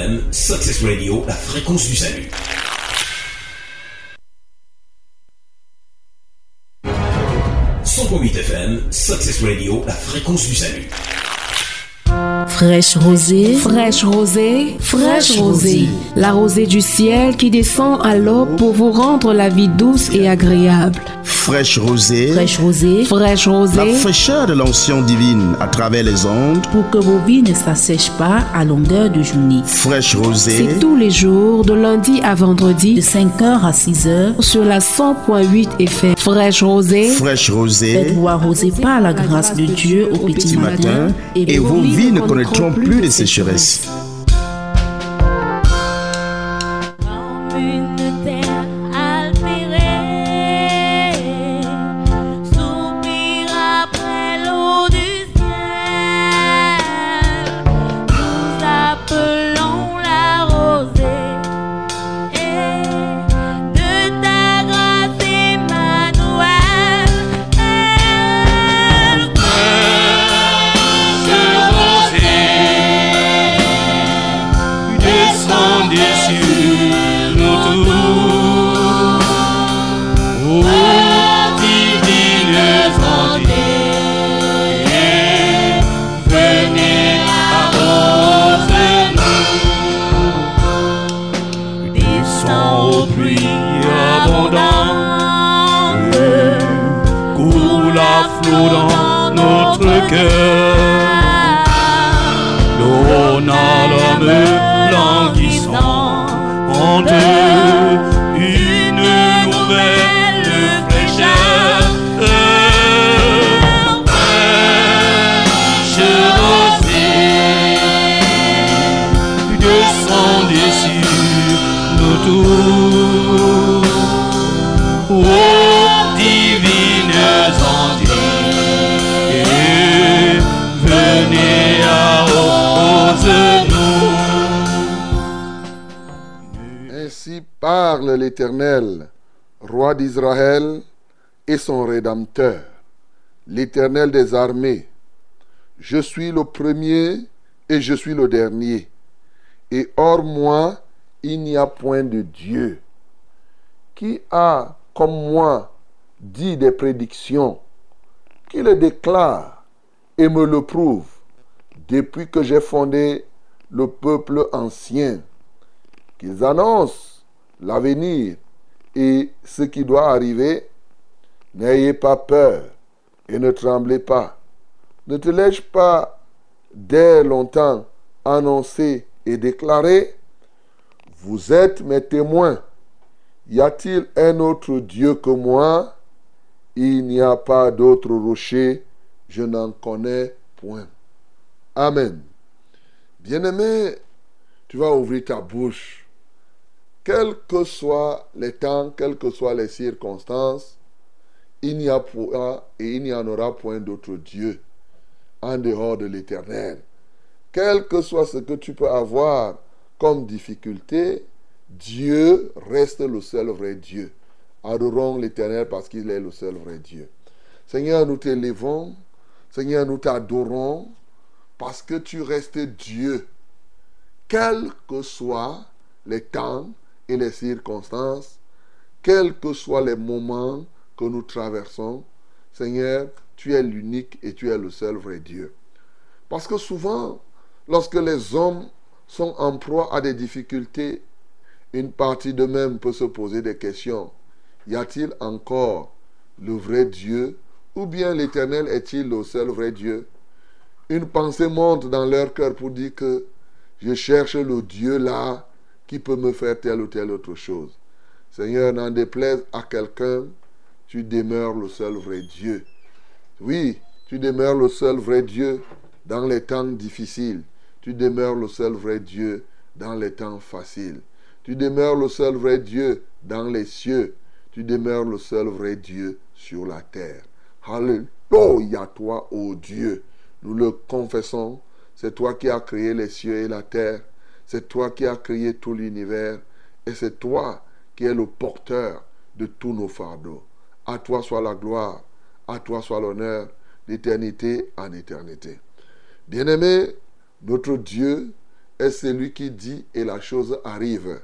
FM, Success Radio, la fréquence du salut. FM, Success Radio, la fréquence du salut. Fraîche rosée, fraîche rosée, fraîche rosée. La rosée du ciel qui descend à l'aube pour vous rendre la vie douce et agréable. Fraîche rosée, fraîche rosée, fraîche rosée. La fraîcheur de l'onction divine à travers les ondes. Pour que vos vies ne s'assèchent pas à longueur de journée. Fraîche rosée. C'est tous les jours, de lundi à vendredi, de 5h à 6h, sur la 100.8 FM. Fraîche rosée. Fraîche rosée. Faites-vous arroser par la grâce de Dieu au petit matin. Et vos vies ne connaîtront plus de sécheresse. Dans notre cœur, l'eau n'a l'homme languissante, une nouvelle fraîcheur. Fraîche rosée, descendez sur nous tous. Oh, divines ondes, venez arrose-nous. Ainsi parle l'Éternel, roi d'Israël et son Rédempteur, l'Éternel des armées. Je suis le premier et je suis le dernier, et hors moi, il n'y a point de Dieu. Qui a, comme moi, dit des prédictions, qui le déclare et me le prouve, depuis que j'ai fondé le peuple ancien, qu'ils annoncent l'avenir et ce qui doit arriver. N'ayez pas peur et ne tremblez pas. Ne te l'ai-je pas dès longtemps annoncé et déclaré? Vous êtes mes témoins. Y a-t-il un autre Dieu que moi? Il n'y a pas d'autre rocher, je n'en connais point. Amen. Bien-aimé, tu vas ouvrir ta bouche. Quels que soient les temps, quelles que soient les circonstances, il n'y a point et il n'y en aura point d'autre Dieu en dehors de l'Éternel. Quel que soit ce que tu peux avoir comme difficulté, Dieu reste le seul vrai Dieu. Adorons l'Éternel parce qu'il est le seul vrai Dieu. Seigneur, nous t'élevons. Seigneur, nous t'adorons parce que tu restes Dieu. Quels que soient les temps et les circonstances, quels que soient les moments que nous traversons, Seigneur, tu es l'unique et tu es le seul vrai Dieu. Parce que souvent, lorsque les hommes sont en proie à des difficultés, une partie d'eux-mêmes peut se poser des questions. Y a-t-il encore le vrai Dieu? Ou bien l'Éternel est-il le seul vrai Dieu? Une pensée monte dans leur cœur pour dire que je cherche le Dieu là qui peut me faire telle ou telle autre chose. Seigneur, n'en déplaise à quelqu'un, tu demeures le seul vrai Dieu. Oui, tu demeures le seul vrai Dieu dans les temps difficiles. Tu demeures le seul vrai Dieu dans les temps faciles. Tu demeures le seul vrai Dieu dans les cieux. Tu demeures le seul vrai Dieu sur la terre. Alléluia, toi, ô Dieu. Nous le confessons. C'est toi qui as créé les cieux et la terre. C'est toi qui as créé tout l'univers. Et c'est toi qui es le porteur de tous nos fardeaux. À toi soit la gloire. À toi soit l'honneur, d'éternité en éternité. Bien-aimé, notre Dieu est celui qui dit et la chose arrive.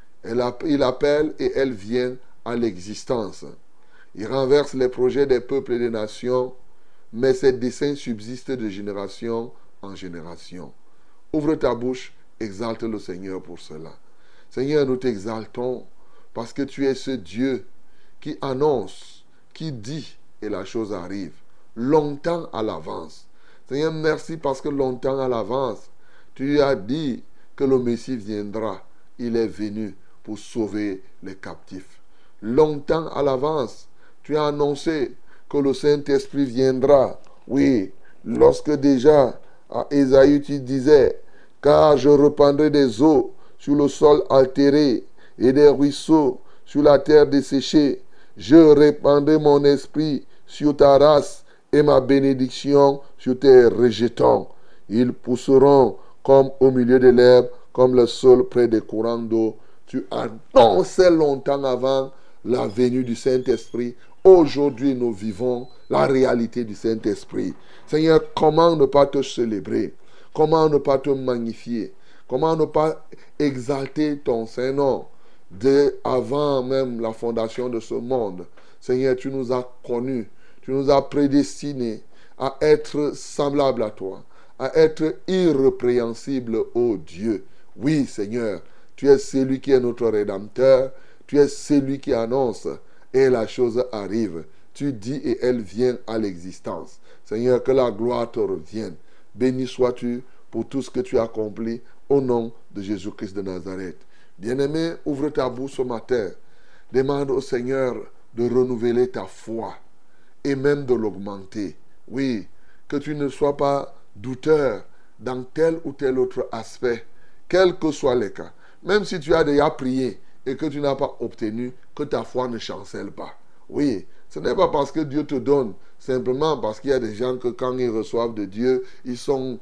Il appelle et elle vient à l'existence. Il renverse les projets des peuples et des nations, mais ses desseins subsistent de génération en génération. Ouvre ta bouche, exalte le Seigneur pour cela. Seigneur, nous t'exaltons parce que tu es ce Dieu qui annonce, qui dit et la chose arrive, longtemps à l'avance. Seigneur, merci parce que longtemps à l'avance, tu as dit que le Messie viendra. Il est venu pour sauver les captifs. Longtemps à l'avance, tu as annoncé que le Saint-Esprit viendra. Oui, lorsque déjà à Ésaïe tu disais, car je répandrai des eaux sur le sol altéré et des ruisseaux sur la terre desséchée. Je répandrai mon esprit sur ta race et ma bénédiction sur tes rejetons. Ils pousseront comme au milieu de l'herbe, comme le sol près des courants d'eau. Tu annonçais longtemps avant la venue du Saint-Esprit. Aujourd'hui, nous vivons la réalité du Saint-Esprit. Seigneur, comment ne pas te célébrer? Comment ne pas te magnifier? Comment ne pas exalter ton Saint-Nom avant même la fondation de ce monde? Seigneur, tu nous as connus, tu nous as prédestinés à être semblables à toi, à être irrépréhensibles, ô Dieu. Oui, Seigneur, tu es celui qui est notre Rédempteur, tu es celui qui annonce et la chose arrive. Tu dis et elle vient à l'existence. Seigneur, que la gloire te revienne. Béni sois-tu pour tout ce que tu as accompli au nom de Jésus-Christ de Nazareth. Bien-aimé, ouvre ta bouche ce matin. Demande au Seigneur de renouveler ta foi et même de l'augmenter. Oui, que tu ne sois pas douteur dans tel ou tel autre aspect, quels que soient les cas. Même si tu as déjà prié et que tu n'as pas obtenu, que ta foi ne chancelle pas. Oui, ce n'est pas parce que Dieu te donne, simplement parce qu'il y a des gens que quand ils reçoivent de Dieu, ils sont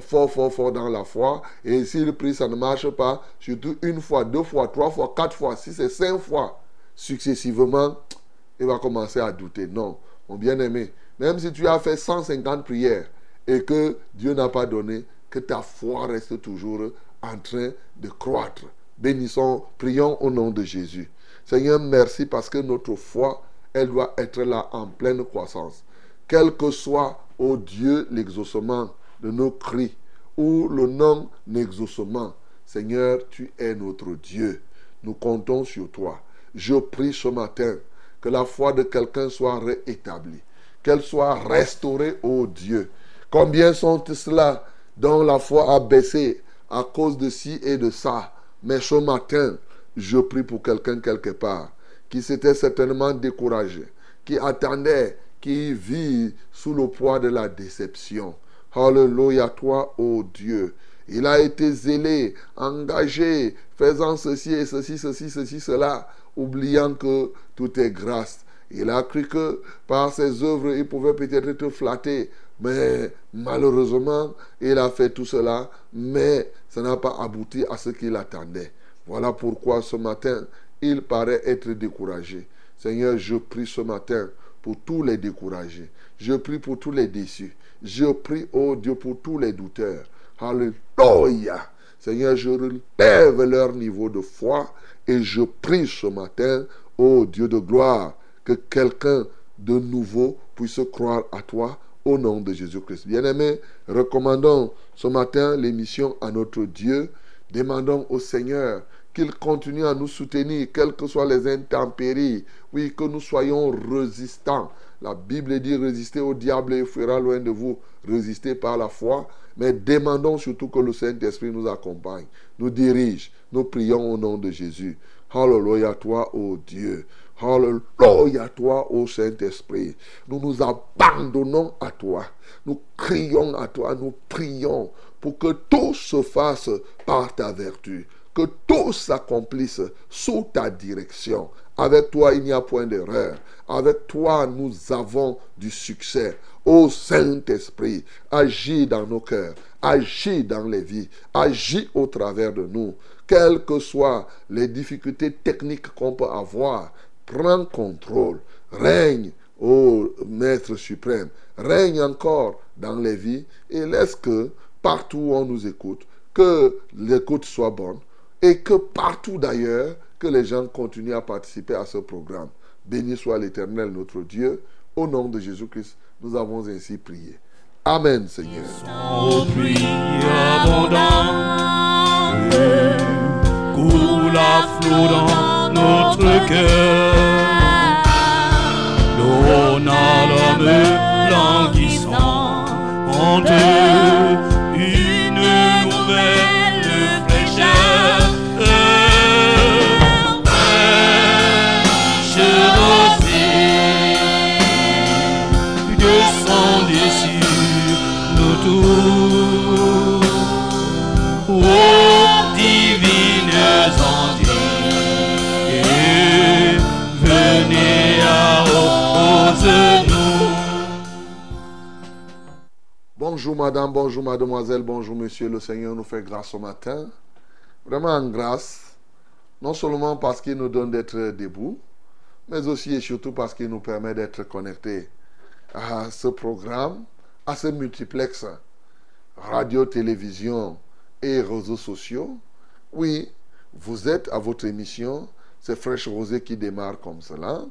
fort dans la foi. Et s'ils prient, ça ne marche pas. Surtout une fois, 2 fois, 3 fois, 4 fois, si c'est 5 fois successivement, il va commencer à douter. Non, mon bien-aimé, même si tu as fait 150 prières et que Dieu n'a pas donné, que ta foi reste toujours en train de croître. Bénissons, prions au nom de Jésus. Seigneur, merci parce que notre foi, elle doit être là en pleine croissance. Quel que soit, ô Dieu, l'exaucement de nos cris ou le non-exaucement, Seigneur, tu es notre Dieu. Nous comptons sur toi. Je prie ce matin que la foi de quelqu'un soit réétablie, qu'elle soit restaurée, ô Dieu. Combien sont ceux-là dont la foi a baissé à cause de ci et de ça? Mais ce matin, je prie pour quelqu'un quelque part qui s'était certainement découragé, qui attendait, qui vit sous le poids de la déception. Alléluia, toi, ô Dieu. Il a été zélé, engagé, faisant ceci et ceci, cela, oubliant que tout est grâce. Il a cru que par ses œuvres, il pouvait peut-être être flatté. Mais malheureusement, il a fait tout cela, mais ça n'a pas abouti à ce qu'il attendait. Voilà pourquoi ce matin, il paraît être découragé. Seigneur, je prie ce matin pour tous les découragés. Je prie pour tous les déçus. Je prie, oh Dieu, pour tous les douteurs. Alléluia. Seigneur, je relève leur niveau de foi et je prie ce matin, oh Dieu de gloire, que quelqu'un de nouveau puisse croire à toi au nom de Jésus-Christ. Bien-aimés, recommandons ce matin l'émission à notre Dieu. Demandons au Seigneur qu'il continue à nous soutenir, quelles que soient les intempéries. Oui, que nous soyons résistants. La Bible dit résister au diable et il fuira loin de vous. Résister par la foi. Mais demandons surtout que le Saint-Esprit nous accompagne, nous dirige. Nous prions au nom de Jésus. Alléluia toi, ô Dieu. Alléluia toi, ô Saint-Esprit. Nous nous abandonnons à toi. Nous crions à toi. Nous prions pour que tout se fasse par ta vertu. Que tout s'accomplisse sous ta direction. Avec toi, il n'y a point d'erreur. Avec toi, nous avons du succès. Ô Saint-Esprit, agis dans nos cœurs, agis dans les vies, agis au travers de nous. Quelles que soient les difficultés techniques qu'on peut avoir, prends contrôle, règne, ô Maître suprême, règne encore dans les vies et laisse que, partout où on nous écoute, que l'écoute soit bonne et que partout d'ailleurs, que les gens continuent à participer à ce programme. Béni soit l'Éternel, notre Dieu. Au nom de Jésus-Christ, nous avons ainsi prié. Amen, Seigneur. Aux pluies abondantes, coule à flot dans notre cœur. L'eau n'a l'homme languissante, une nouvelle fraîcheur. Bonjour madame, bonjour mademoiselle, bonjour monsieur. Le Seigneur nous fait grâce au matin. Vraiment en grâce. Non seulement parce qu'il nous donne d'être debout, mais aussi et surtout parce qu'il nous permet d'être connectés à ce programme, à ce multiplex radio, télévision et réseaux sociaux. Oui, vous êtes à votre émission. C'est Fraîche Rosée qui démarre comme cela.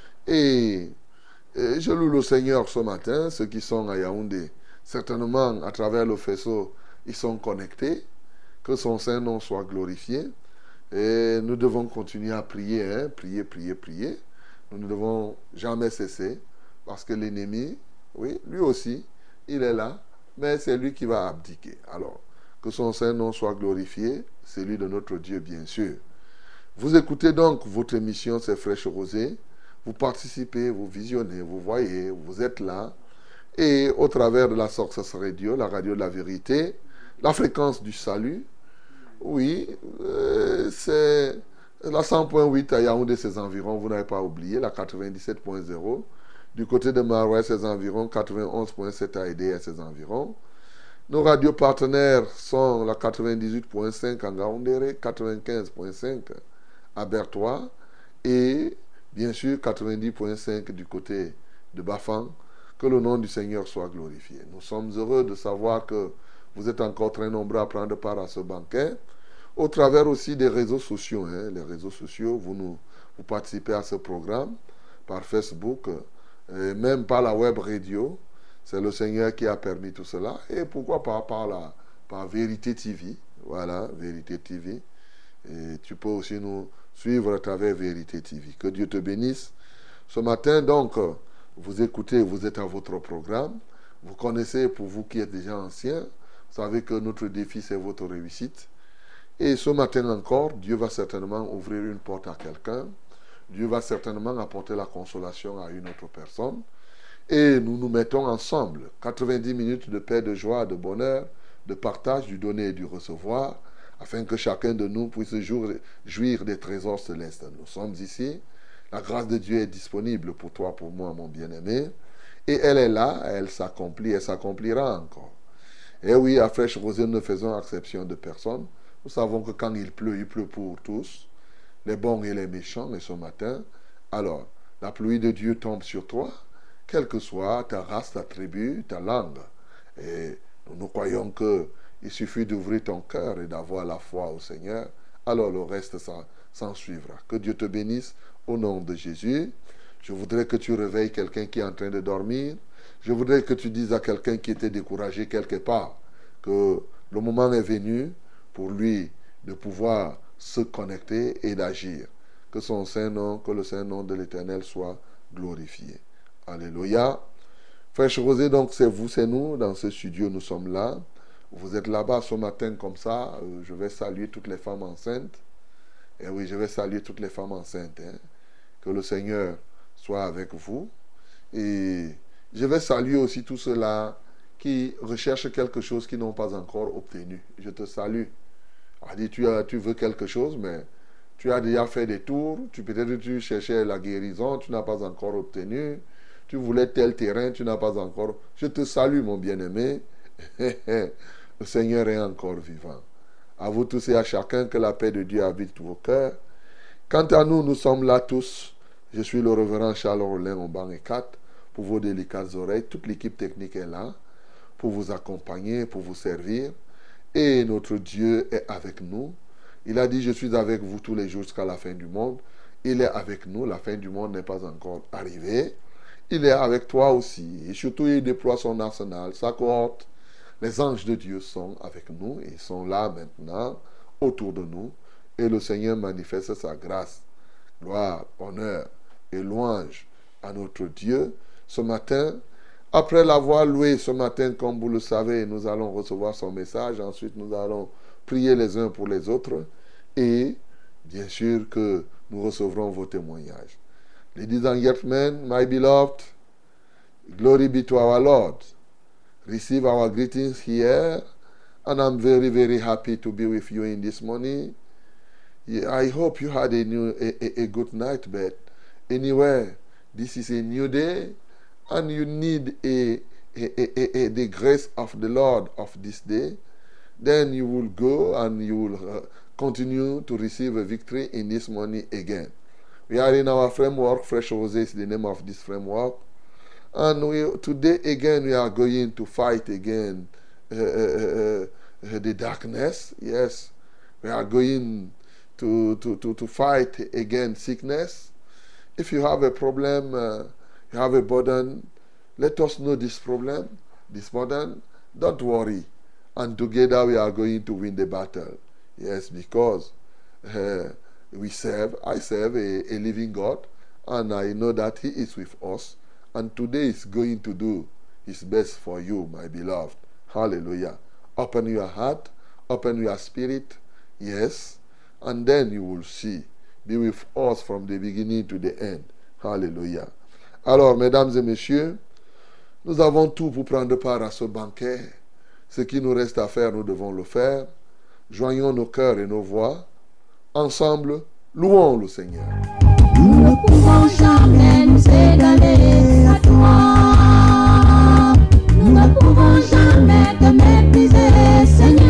Et je loue le Seigneur ce matin, ceux qui sont à Yaoundé. Certainement, à travers le faisceau, ils sont connectés. Que son Saint-Nom soit glorifié. Et nous devons continuer à prier, hein? Prier. Nous ne devons jamais cesser. Parce que l'ennemi, oui, lui aussi, il est là. Mais c'est lui qui va abdiquer. Alors, que son Saint-Nom soit glorifié. Celui de notre Dieu, bien sûr. Vous écoutez donc votre émission, c'est Fraîche Rosée. Vous participez, vous visionnez, vous voyez, vous êtes là. Et au travers de la Success Radio, la radio de la vérité, la fréquence du salut, oui, c'est la 100.8 à Yaoundé, ses environs, vous n'avez pas oublié, la 97.0. Du côté de Maroua, ses environs, 91.7 à Edé, ses environs. Nos radios partenaires sont la 98.5 à Ngaoundéré, 95.5 à Bertois et bien sûr 90.5 du côté de Bafang. Que le nom du Seigneur soit glorifié. Nous sommes heureux de savoir que vous êtes encore très nombreux à prendre part à ce banquet. Au travers aussi des réseaux sociaux. Les réseaux sociaux, vous participez à ce programme par Facebook, et même par la web radio. C'est le Seigneur qui a permis tout cela. Et pourquoi pas par Vérité TV. Voilà, Vérité TV. Et tu peux aussi nous suivre à travers Vérité TV. Que Dieu te bénisse. Ce matin, donc, vous écoutez, vous êtes à votre programme. Vous connaissez, pour vous qui êtes déjà anciens, vous savez que notre défi, c'est votre réussite. Et ce matin encore, Dieu va certainement ouvrir une porte à quelqu'un. Dieu va certainement apporter la consolation à une autre personne. Et nous nous mettons ensemble. 90 minutes de paix, de joie, de bonheur, de partage, du donner et du recevoir, afin que chacun de nous puisse jouir des trésors célestes. Nous sommes ici. La grâce de Dieu est disponible pour toi, pour moi, mon bien-aimé. Et elle est là, elle s'accomplit, elle s'accomplira encore. Et oui, à Fraîche Rosée, nous ne faisons exception de personne. Nous savons que quand il pleut pour tous, les bons et les méchants. Et ce matin, alors, la pluie de Dieu tombe sur toi, quelle que soit ta race, ta tribu, ta langue. Et nous croyons qu'il suffit d'ouvrir ton cœur et d'avoir la foi au Seigneur. Alors le reste s'en suivra. Que Dieu te bénisse. Au nom de Jésus, je voudrais que tu réveilles quelqu'un qui est en train de dormir. Je voudrais que tu dises à quelqu'un qui était découragé quelque part que le moment est venu pour lui de pouvoir se connecter et d'agir. Que son Saint-Nom, que le Saint-Nom de l'Éternel soit glorifié. Alléluia. Fraîche Rosée, donc c'est vous, c'est nous. Dans ce studio, nous sommes là. Vous êtes là-bas ce matin comme ça. Je vais saluer toutes les femmes enceintes. Et oui, je vais saluer toutes les femmes enceintes. Que le Seigneur soit avec vous. Et je vais saluer aussi tous ceux-là qui recherchent quelque chose qu'ils n'ont pas encore obtenu. Je te salue. Tu veux quelque chose, mais tu as déjà fait des tours. Peut-être tu cherchais la guérison, tu n'as pas encore obtenu. Tu voulais tel terrain, tu n'as pas encore. Je te salue, mon bien-aimé. Le Seigneur est encore vivant. À vous tous et à chacun, que la paix de Dieu habite vos cœurs. Quant à nous, nous sommes là tous. Je suis le révérend Charles Rollin au banc et 4 pour vos délicates oreilles. Toute l'équipe technique est là pour vous accompagner, pour vous servir. et notre Dieu est avec nous. Il a dit, je suis avec vous tous les jours jusqu'à la fin du monde. Il est avec nous, la fin du monde n'est pas encore arrivée. Il est avec toi aussi. Et surtout, il déploie son arsenal, sa cohorte. Les anges de Dieu sont avec nous. Ils sont là maintenant, autour de nous. Et le Seigneur manifeste sa grâce. Gloire, honneur et louange à notre Dieu. Ce matin, après l'avoir loué ce matin, comme vous le savez, nous allons recevoir son message. Ensuite, nous allons prier les uns pour les autres. Et bien sûr que nous recevrons vos témoignages. Ladies and gentlemen, my beloved, glory be to our Lord. Receive our greetings here. And I'm very, very happy to be with you in this morning. I hope you had a good night bed. Anyway, this is a new day, and you need the grace of the Lord of this day. Then you will go and you will continue to receive a victory in this morning again. We are in our framework. Fresh Rosé is the name of this framework. And today again we are going to fight again the darkness. Yes, we are going to fight against sickness. If you have a problem, you have a burden, let us know this problem, this burden. Don't worry. And together we are going to win the battle. Yes, because I serve a living God, and I know that He is with us. And today is going to do His best for you, my beloved. Hallelujah. Open your heart, open your spirit. Yes. And then you will see. Be with us from the beginning to the end. Hallelujah. Alors, mesdames et messieurs, nous avons tout pour prendre part à ce banquet. Ce qui nous reste à faire, nous devons le faire. Joignons nos cœurs et nos voix. Ensemble, louons le Seigneur. Nous ne pouvons jamais nous égaler à toi. Nous ne pouvons jamais te mépriser, Seigneur.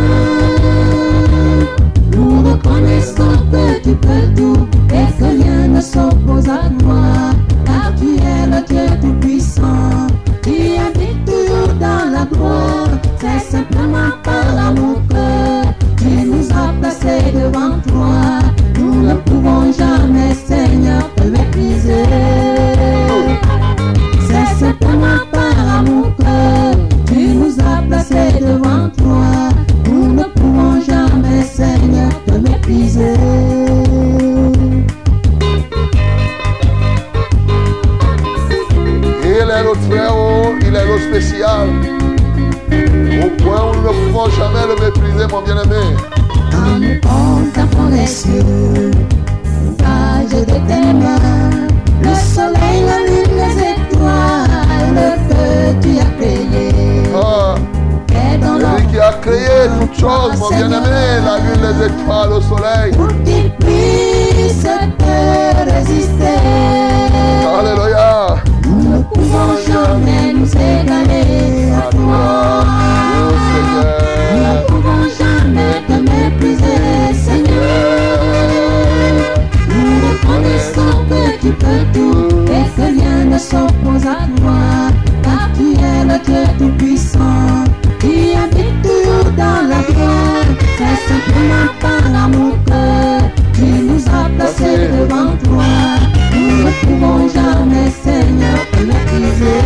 Nous reconnaissons que tu peux tout et que rien ne s'oppose à toi, car tu es le Dieu tout-puissant, qui habite toujours dans la gloire. C'est simplement par l'amour que tu nous as placés devant toi. Nous ne pouvons jamais, Seigneur, te mépriser. C'est simplement par amour que tu nous as placés devant toi. Nous ne pouvons jamais, Seigneur, te mépriser. Il est le très haut, il est le spécial. Au point où nous ne pouvons jamais le mépriser, mon bien-aimé. Quand nous contemplons les cieux, l'ouvrage de tes mains, le soleil, la lune, les étoiles que tu as créées. Celui qui a créé toutes choses, mon bien-aimé, la lune, les étoiles, le soleil. Pour qu'il puisse te résister. Alléluia. Nous ne pouvons jamais nous égaler à toi. Nous ne pouvons jamais te mépriser, Seigneur. Nous reconnaissons que tu peux tout et que rien ne s'oppose à toi, car tu es le Dieu tout-puissant, qui habite toujours dans la gloire. C'est simplement par l'amour que tu nous as placés devant toi. Nous ne pouvons jamais, Seigneur, te mépriser.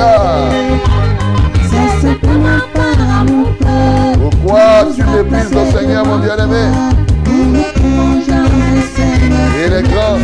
C'est simplement par amour que pourquoi tu méprises le Seigneur, mon bien-aimé? Nous ne pouvons jamais, Seigneur, il est grand.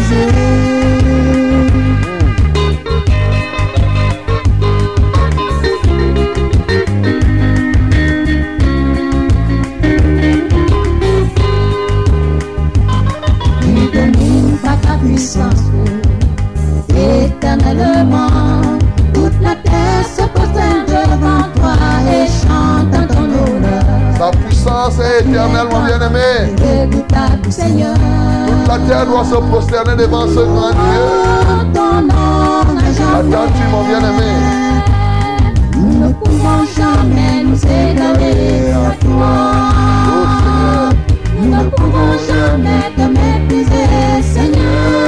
Tu domines par ta puissance éternellement. Toute la terre se prosterne devant toi et chante ton honneur. Sa puissance est éternelle, mon bien-aimé. Redoutable Seigneur. Toute la terre doit se prosterner devant ce grand Dieu. Ton nom n'a jamais. Attends-tu, mon bien-aimé? Nous ne pouvons jamais nous égaler à toi. Nous ne pouvons jamais te mépriser, Seigneur.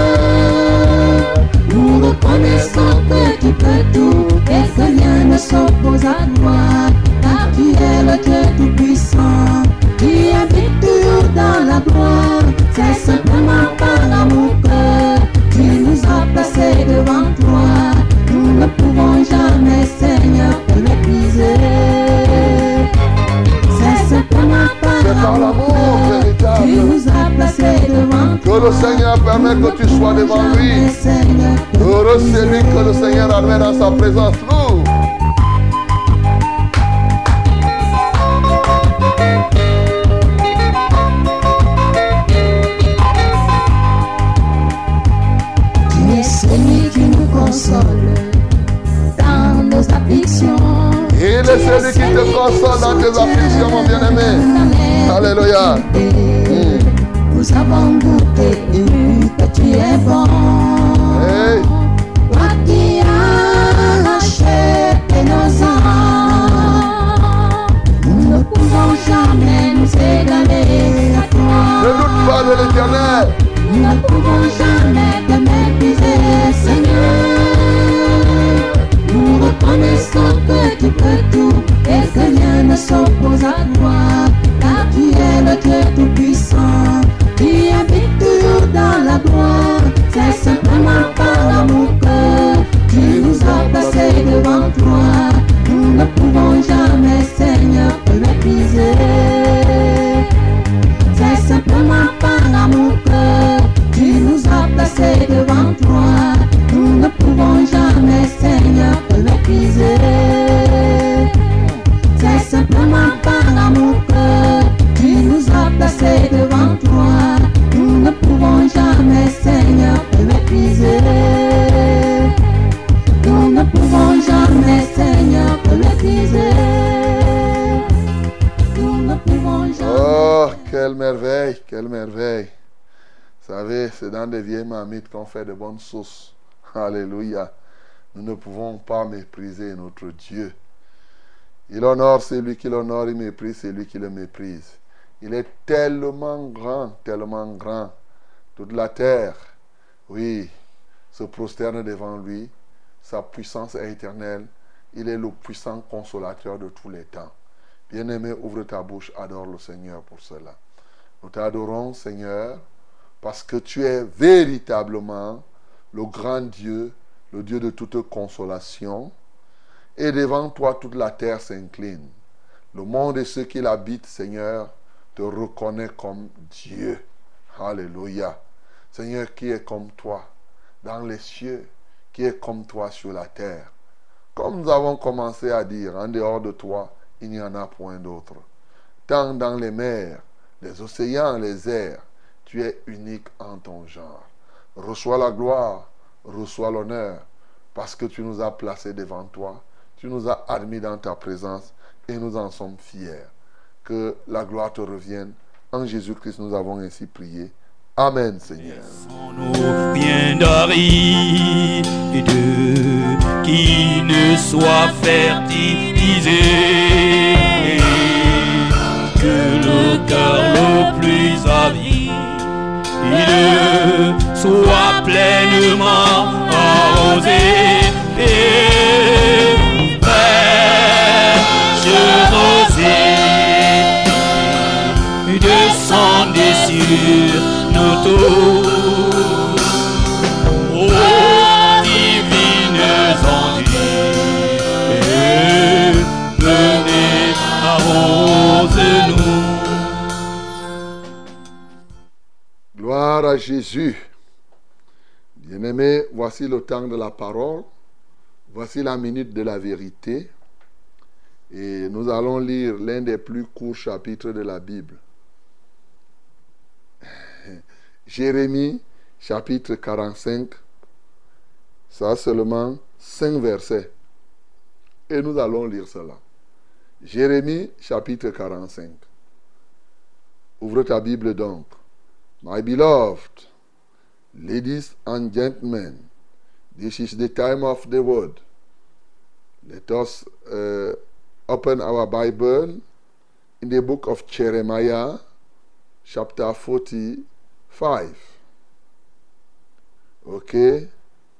Nous reconnaissons que tu peux tout et que rien ne s'oppose à toi, car tu es le Dieu tout-puissant, Oh, le Seigneur permet que tu sois devant lui. Heureux celui que le Seigneur admet dans sa présence. Loue. Tu es celui qui nous console dans nos afflictions. Il est celui qui te console dans tes afflictions, mon bien-aimé. Alléluia. Nous avons goûté que tu es bon. Hey. Toi qui as racheté nos âmes, nous ne pouvons jamais nous égaler à toi. Ne doute pas de l'Éternel. Nous ne pouvons jamais te mépriser, Seigneur. Nous reconnaissons que tu peux tout et que rien ne s'oppose à toi, car tu es le Dieu tout-puissant. Tu habites toujours dans la gloire. C'est simplement par amour que tu nous as placés devant toi. Nous ne pouvons jamais, Seigneur, te mépriser. C'est simplement par amour que tu nous as placés devant toi. Nous ne pouvons jamais, Seigneur, te mépriser. C'est simplement par amour que tu nous as placés devant toi. Nous ne pouvons jamais, Seigneur, te mépriser. Nous ne pouvons jamais, Seigneur, te mépriser. Nous ne pouvons jamais. Oh, quelle merveille, quelle merveille. Vous savez, c'est dans des vieilles marmites qu'on fait de bonnes sauces. Alléluia. Nous ne pouvons pas mépriser notre Dieu. Il honore celui qui l'honore, il méprise celui qui le méprise. Il est tellement grand, tellement grand. Toute la terre, oui, se prosterne devant lui. Sa puissance est éternelle. Il est le puissant consolateur de tous les temps. Bien-aimé, ouvre ta bouche, adore le Seigneur pour cela. Nous t'adorons, Seigneur, parce que tu es véritablement le grand Dieu, le Dieu de toute consolation. Et devant toi, toute la terre s'incline. Le monde et ceux qui l'habitent, Seigneur, te reconnaissent comme Dieu. Alléluia. Seigneur, qui est comme toi dans les cieux, qui est comme toi sur la terre. Comme nous avons commencé à dire, en dehors de toi, il n'y en a point d'autre. Tant dans les mers, les océans, les airs, tu es unique en ton genre. Reçois la gloire, reçois l'honneur, parce que tu nous as placés devant toi, tu nous as admis dans ta présence et nous en sommes fiers. Que la gloire te revienne. En Jésus-Christ, nous avons ainsi prié. Amen, Seigneur. Sans rien d'aride qui ne soit fertilisé, que le cœur le plus avide soit pleinement arrosé et fraîche rosée descendez sur nos tours. Ô divines ondes, venez arrose-nous. Gloire à Jésus. Bien-aimés, voici le temps de la parole. Voici la minute de la vérité. Et nous allons lire l'un des plus courts chapitres de la Bible. Jérémie, chapitre 45. Ça seulement 5 versets. Et nous allons lire cela. Jérémie, chapitre 45. Ouvre ta Bible donc. My beloved, ladies and gentlemen, this is the time of the word. Let us open our Bible in the book of Jeremiah, chapter 45. Okay?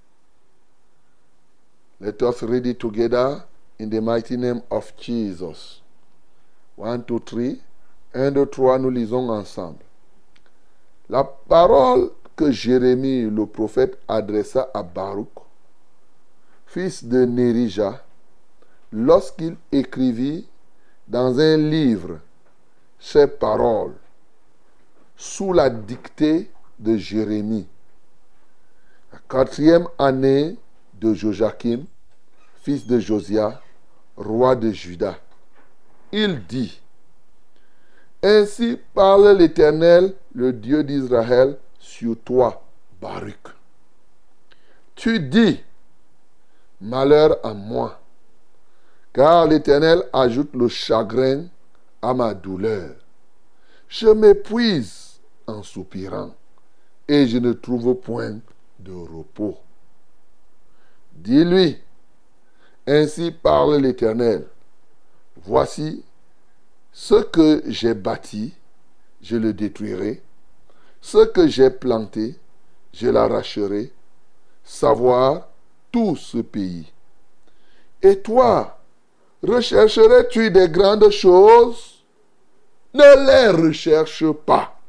Let us read it together in the mighty name of Jesus. 1, 2, 3. 1, 2, 3, nous lisons ensemble. La parole que Jérémie le prophète adressa à Baruch, fils de Nérija, lorsqu'il écrivit dans un livre ces paroles, sous la dictée de Jérémie, la 4e année de Joachim, fils de Josia, roi de Juda. Il dit: Ainsi parle l'Éternel, le Dieu d'Israël, sur toi, Baruch. Tu dis: Malheur à moi, car l'Éternel ajoute le chagrin à ma douleur. Je m'épuise en soupirant, et je ne trouve point de repos. Dis-lui: Ainsi parle l'Éternel. Voici ce que j'ai bâti, je le détruirai. Ce que j'ai planté, je l'arracherai. Savoir tout ce pays. Et toi, rechercherais-tu des grandes choses? Ne les recherche pas.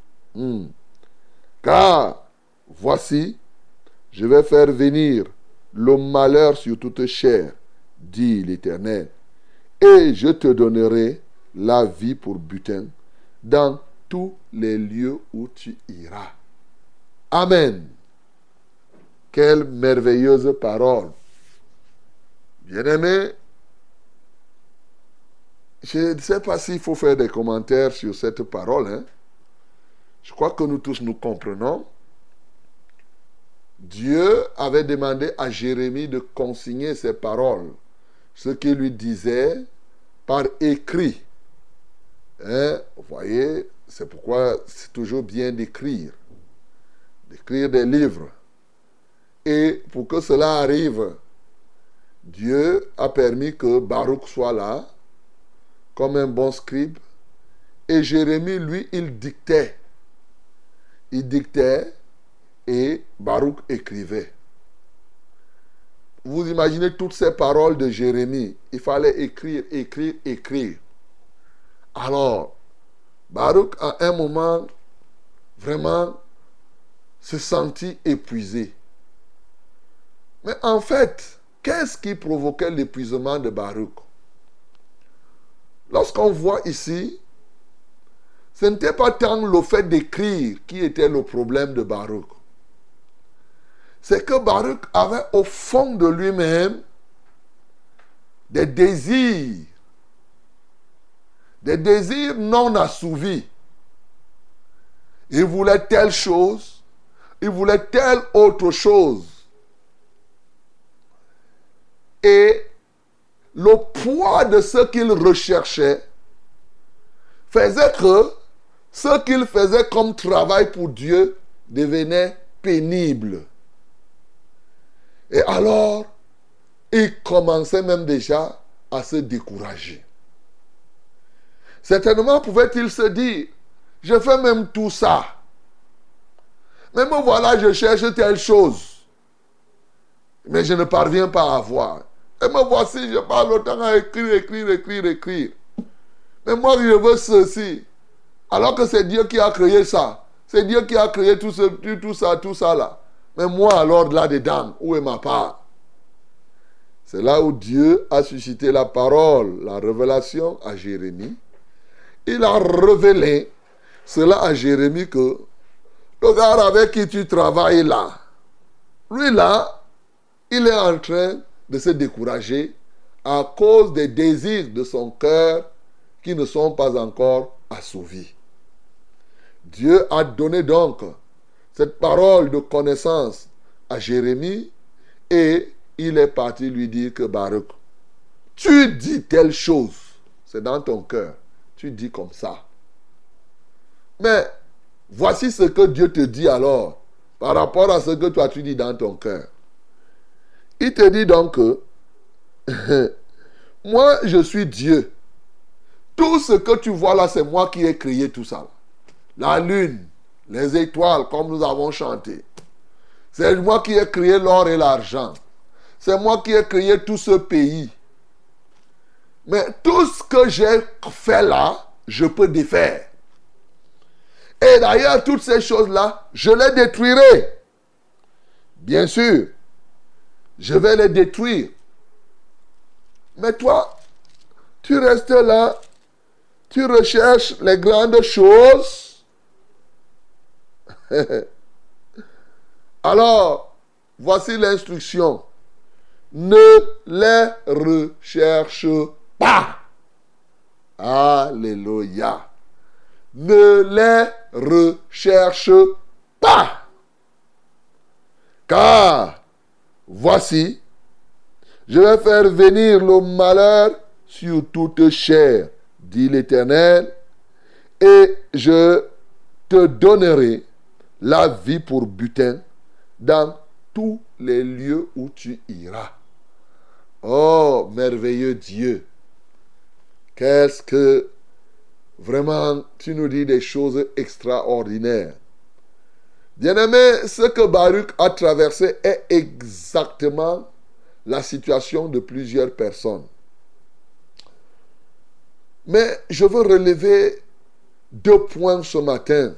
Car, voici, je vais faire venir le malheur sur toute chair, dit l'Éternel, et je te donnerai la vie pour butin dans tous les lieux où tu iras. Amen. Quelle merveilleuse parole. Bien-aimés, je ne sais pas s'il faut faire des commentaires sur cette parole. Je crois que nous tous nous comprenons. Dieu avait demandé à Jérémie de consigner ses paroles, ce qu'il lui disait par écrit. Vous voyez, c'est pourquoi c'est toujours bien d'écrire des livres. Et pour que cela arrive, Dieu a permis que Baruch soit là, comme un bon scribe. Et Jérémie, lui, il dictait. Il dictait et Baruch écrivait. Vous imaginez toutes ces paroles de Jérémie. Il fallait écrire. Alors, Baruch, à un moment, vraiment, se sentit épuisé. Mais en fait, qu'est-ce qui provoquait l'épuisement de Baruch? Lorsqu'on voit ici, ce n'était pas tant le fait d'écrire qui était le problème de Baruch. C'est que Baruch avait au fond de lui-même des désirs non assouvis. Il voulait telle chose, il voulait telle autre chose. Et le poids de ce qu'il recherchait faisait que ce qu'il faisait comme travail pour Dieu devenait pénible. Et alors, il commençait même déjà à se décourager. Certainement pouvait-il se dire, je fais même tout ça. Mais me voilà, je cherche telle chose. Mais je ne parviens pas à avoir. Et me voici, je parle autant à écrire. Mais moi, je veux ceci. Alors que c'est Dieu qui a créé ça. C'est Dieu qui a créé tout ça là. Mais moi, alors, là-dedans, où est ma part? C'est là où Dieu a suscité la parole, la révélation à Jérémie. Il a révélé cela à Jérémie que le gars avec qui tu travailles là, lui là, il est en train de se décourager à cause des désirs de son cœur qui ne sont pas encore assouvis. Dieu a donné donc cette parole de connaissance à Jérémie et il est parti lui dire que Baruch, tu dis telle chose, c'est dans ton cœur, tu dis comme ça. Mais voici ce que Dieu te dit alors par rapport à ce que toi tu dis dans ton cœur. Il te dit donc que moi je suis Dieu. Tout ce que tu vois là, c'est moi qui ai créé tout ça. La lune, les étoiles, comme nous avons chanté. C'est moi qui ai créé l'or et l'argent. C'est moi qui ai créé tout ce pays. Mais tout ce que j'ai fait là, je peux défaire. Et d'ailleurs, toutes ces choses-là, je les détruirai. Bien sûr, je vais les détruire. Mais toi, tu restes là, tu recherches les grandes choses. Alors, voici l'instruction. Ne les recherche pas. Alléluia. Ne les recherche pas. Car, voici, je vais faire venir le malheur sur toute chair, dit l'Éternel, et je te donnerai la vie pour butin dans tous les lieux où tu iras. Oh, merveilleux Dieu! Qu'est-ce que vraiment tu nous dis des choses extraordinaires. Bien-aimé, ce que Baruch a traversé est exactement la situation de plusieurs personnes. Mais je veux relever 2 points ce matin.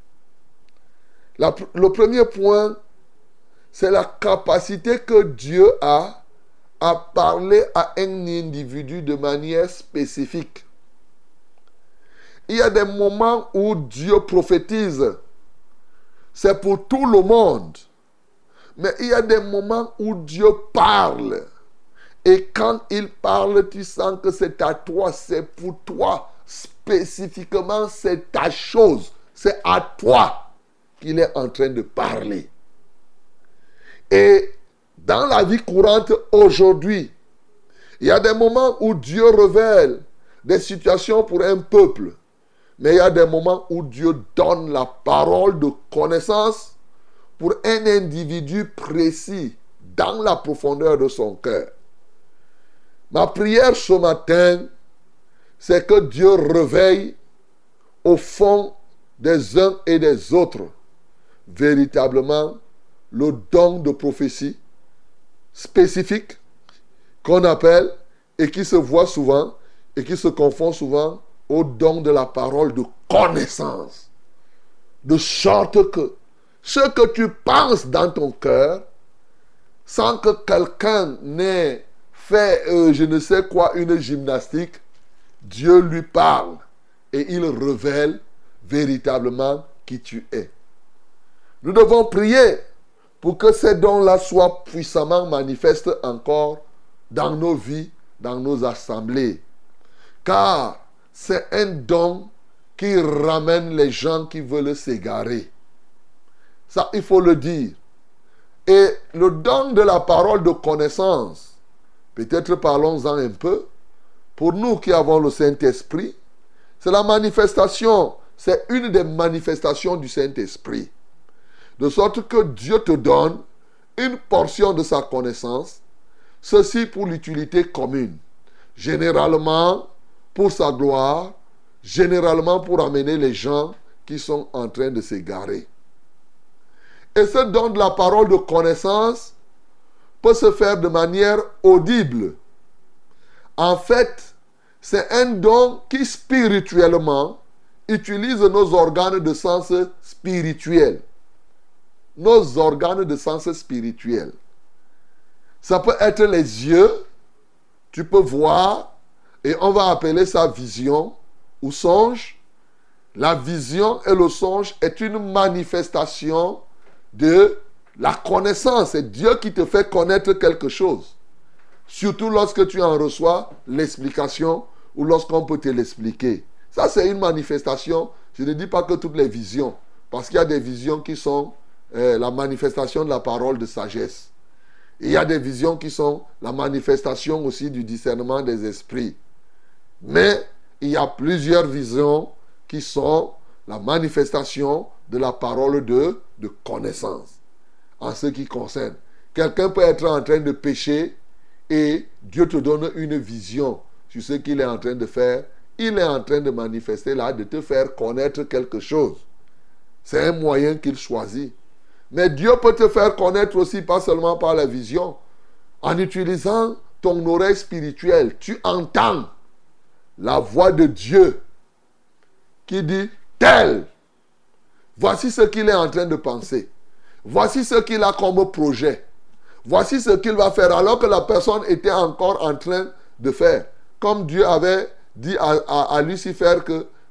Le premier point, c'est la capacité que Dieu a à parler à un individu de manière spécifique. Il y a des moments où Dieu prophétise. C'est pour tout le monde. Mais il y a des moments où Dieu parle. Et quand il parle, tu sens que c'est à toi, c'est pour toi. Spécifiquement, c'est ta chose. C'est à toi qu'il est en train de parler. Et dans la vie courante aujourd'hui, il y a des moments où Dieu révèle des situations pour un peuple. Mais il y a des moments où Dieu donne la parole de connaissance pour un individu précis dans la profondeur de son cœur. Ma prière ce matin, c'est que Dieu réveille au fond des uns et des autres véritablement le don de prophétie spécifique qu'on appelle et qui se voit souvent et qui se confond souvent au don de la parole de connaissance. De sorte que ce que tu penses dans ton cœur, sans que quelqu'un n'ait fait, je ne sais quoi, une gymnastique, Dieu lui parle et il révèle véritablement qui tu es. Nous devons prier pour que ces dons-là soient puissamment manifestes encore dans nos vies, dans nos assemblées. Car c'est un don qui ramène les gens qui veulent s'égarer. Ça, il faut le dire. Et le don de la parole de connaissance, peut-être parlons-en un peu, pour nous qui avons le Saint-Esprit, c'est la manifestation, c'est une des manifestations du Saint-Esprit. De sorte que Dieu te donne une portion de sa connaissance, ceci pour l'utilité commune. Généralement pour sa gloire, généralement pour amener les gens qui sont en train de s'égarer. Et ce don de la parole de connaissance peut se faire de manière audible. En fait, c'est un don qui spirituellement utilise nos organes de sens spirituel. Nos organes de sens spirituel. Ça peut être les yeux, tu peux voir, et on va appeler ça vision ou songe. La vision et le songe est une manifestation de la connaissance. C'est Dieu qui te fait connaître quelque chose. Surtout lorsque tu en reçois l'explication ou lorsqu'on peut te l'expliquer. Ça, c'est une manifestation. Je ne dis pas que toutes les visions, parce qu'il y a des visions qui sont la manifestation de la parole de sagesse. Et il y a des visions qui sont la manifestation aussi du discernement des esprits. Mais il y a plusieurs visions qui sont la manifestation de la parole de connaissance. En ce qui concerne. Quelqu'un peut être en train de pécher et Dieu te donne une vision sur ce qu'il est en train de faire. Il est en train de manifester là, de te faire connaître quelque chose. C'est un moyen qu'il choisit. Mais Dieu peut te faire connaître aussi, pas seulement par la vision, en utilisant ton oreille spirituelle. Tu entends la voix de Dieu qui dit tel. Voici ce qu'il est en train de penser. Voici ce qu'il a comme projet. Voici ce qu'il va faire alors que la personne était encore en train de faire. Comme Dieu avait dit à Lucifer que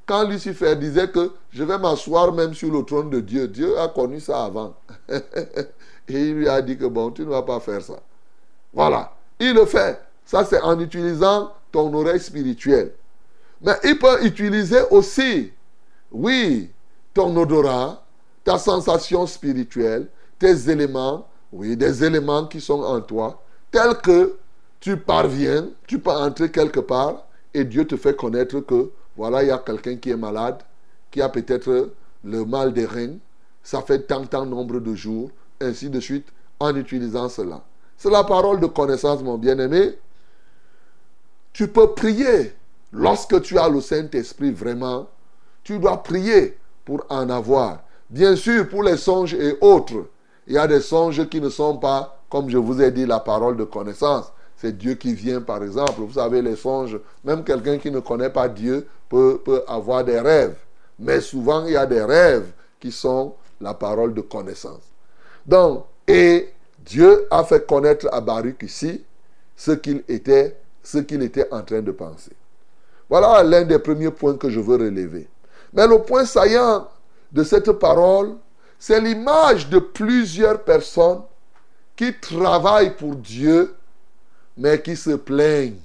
quand Lucifer disait que je vais m'asseoir même sur le trône de Dieu, Dieu a connu ça avant. Et il lui a dit que bon, tu ne vas pas faire ça. Voilà, il le fait. Ça, c'est en utilisant ton oreille spirituelle. Mais il peut utiliser aussi, oui, ton odorat, ta sensation spirituelle, tes éléments, oui, des éléments qui sont en toi, tels que tu parviens, tu peux entrer quelque part et Dieu te fait connaître que, voilà, il y a quelqu'un qui est malade, qui a peut-être le mal des reins, ça fait tant nombre de jours, ainsi de suite, en utilisant cela. C'est la parole de connaissance, mon bien-aimé. Tu peux prier. Lorsque tu as le Saint-Esprit, vraiment, tu dois prier pour en avoir. Bien sûr, pour les songes et autres, il y a des songes qui ne sont pas, comme je vous ai dit, la parole de connaissance. C'est Dieu qui vient, par exemple. Vous savez, les songes, même quelqu'un qui ne connaît pas Dieu peut avoir des rêves. Mais souvent, il y a des rêves qui sont la parole de connaissance. Donc, et Dieu a fait connaître à Baruch ici ce qu'il était en train de penser. Voilà l'un des premiers points que je veux relever. Mais le point saillant de cette parole, c'est l'image de plusieurs personnes qui travaillent pour Dieu, mais qui se plaignent.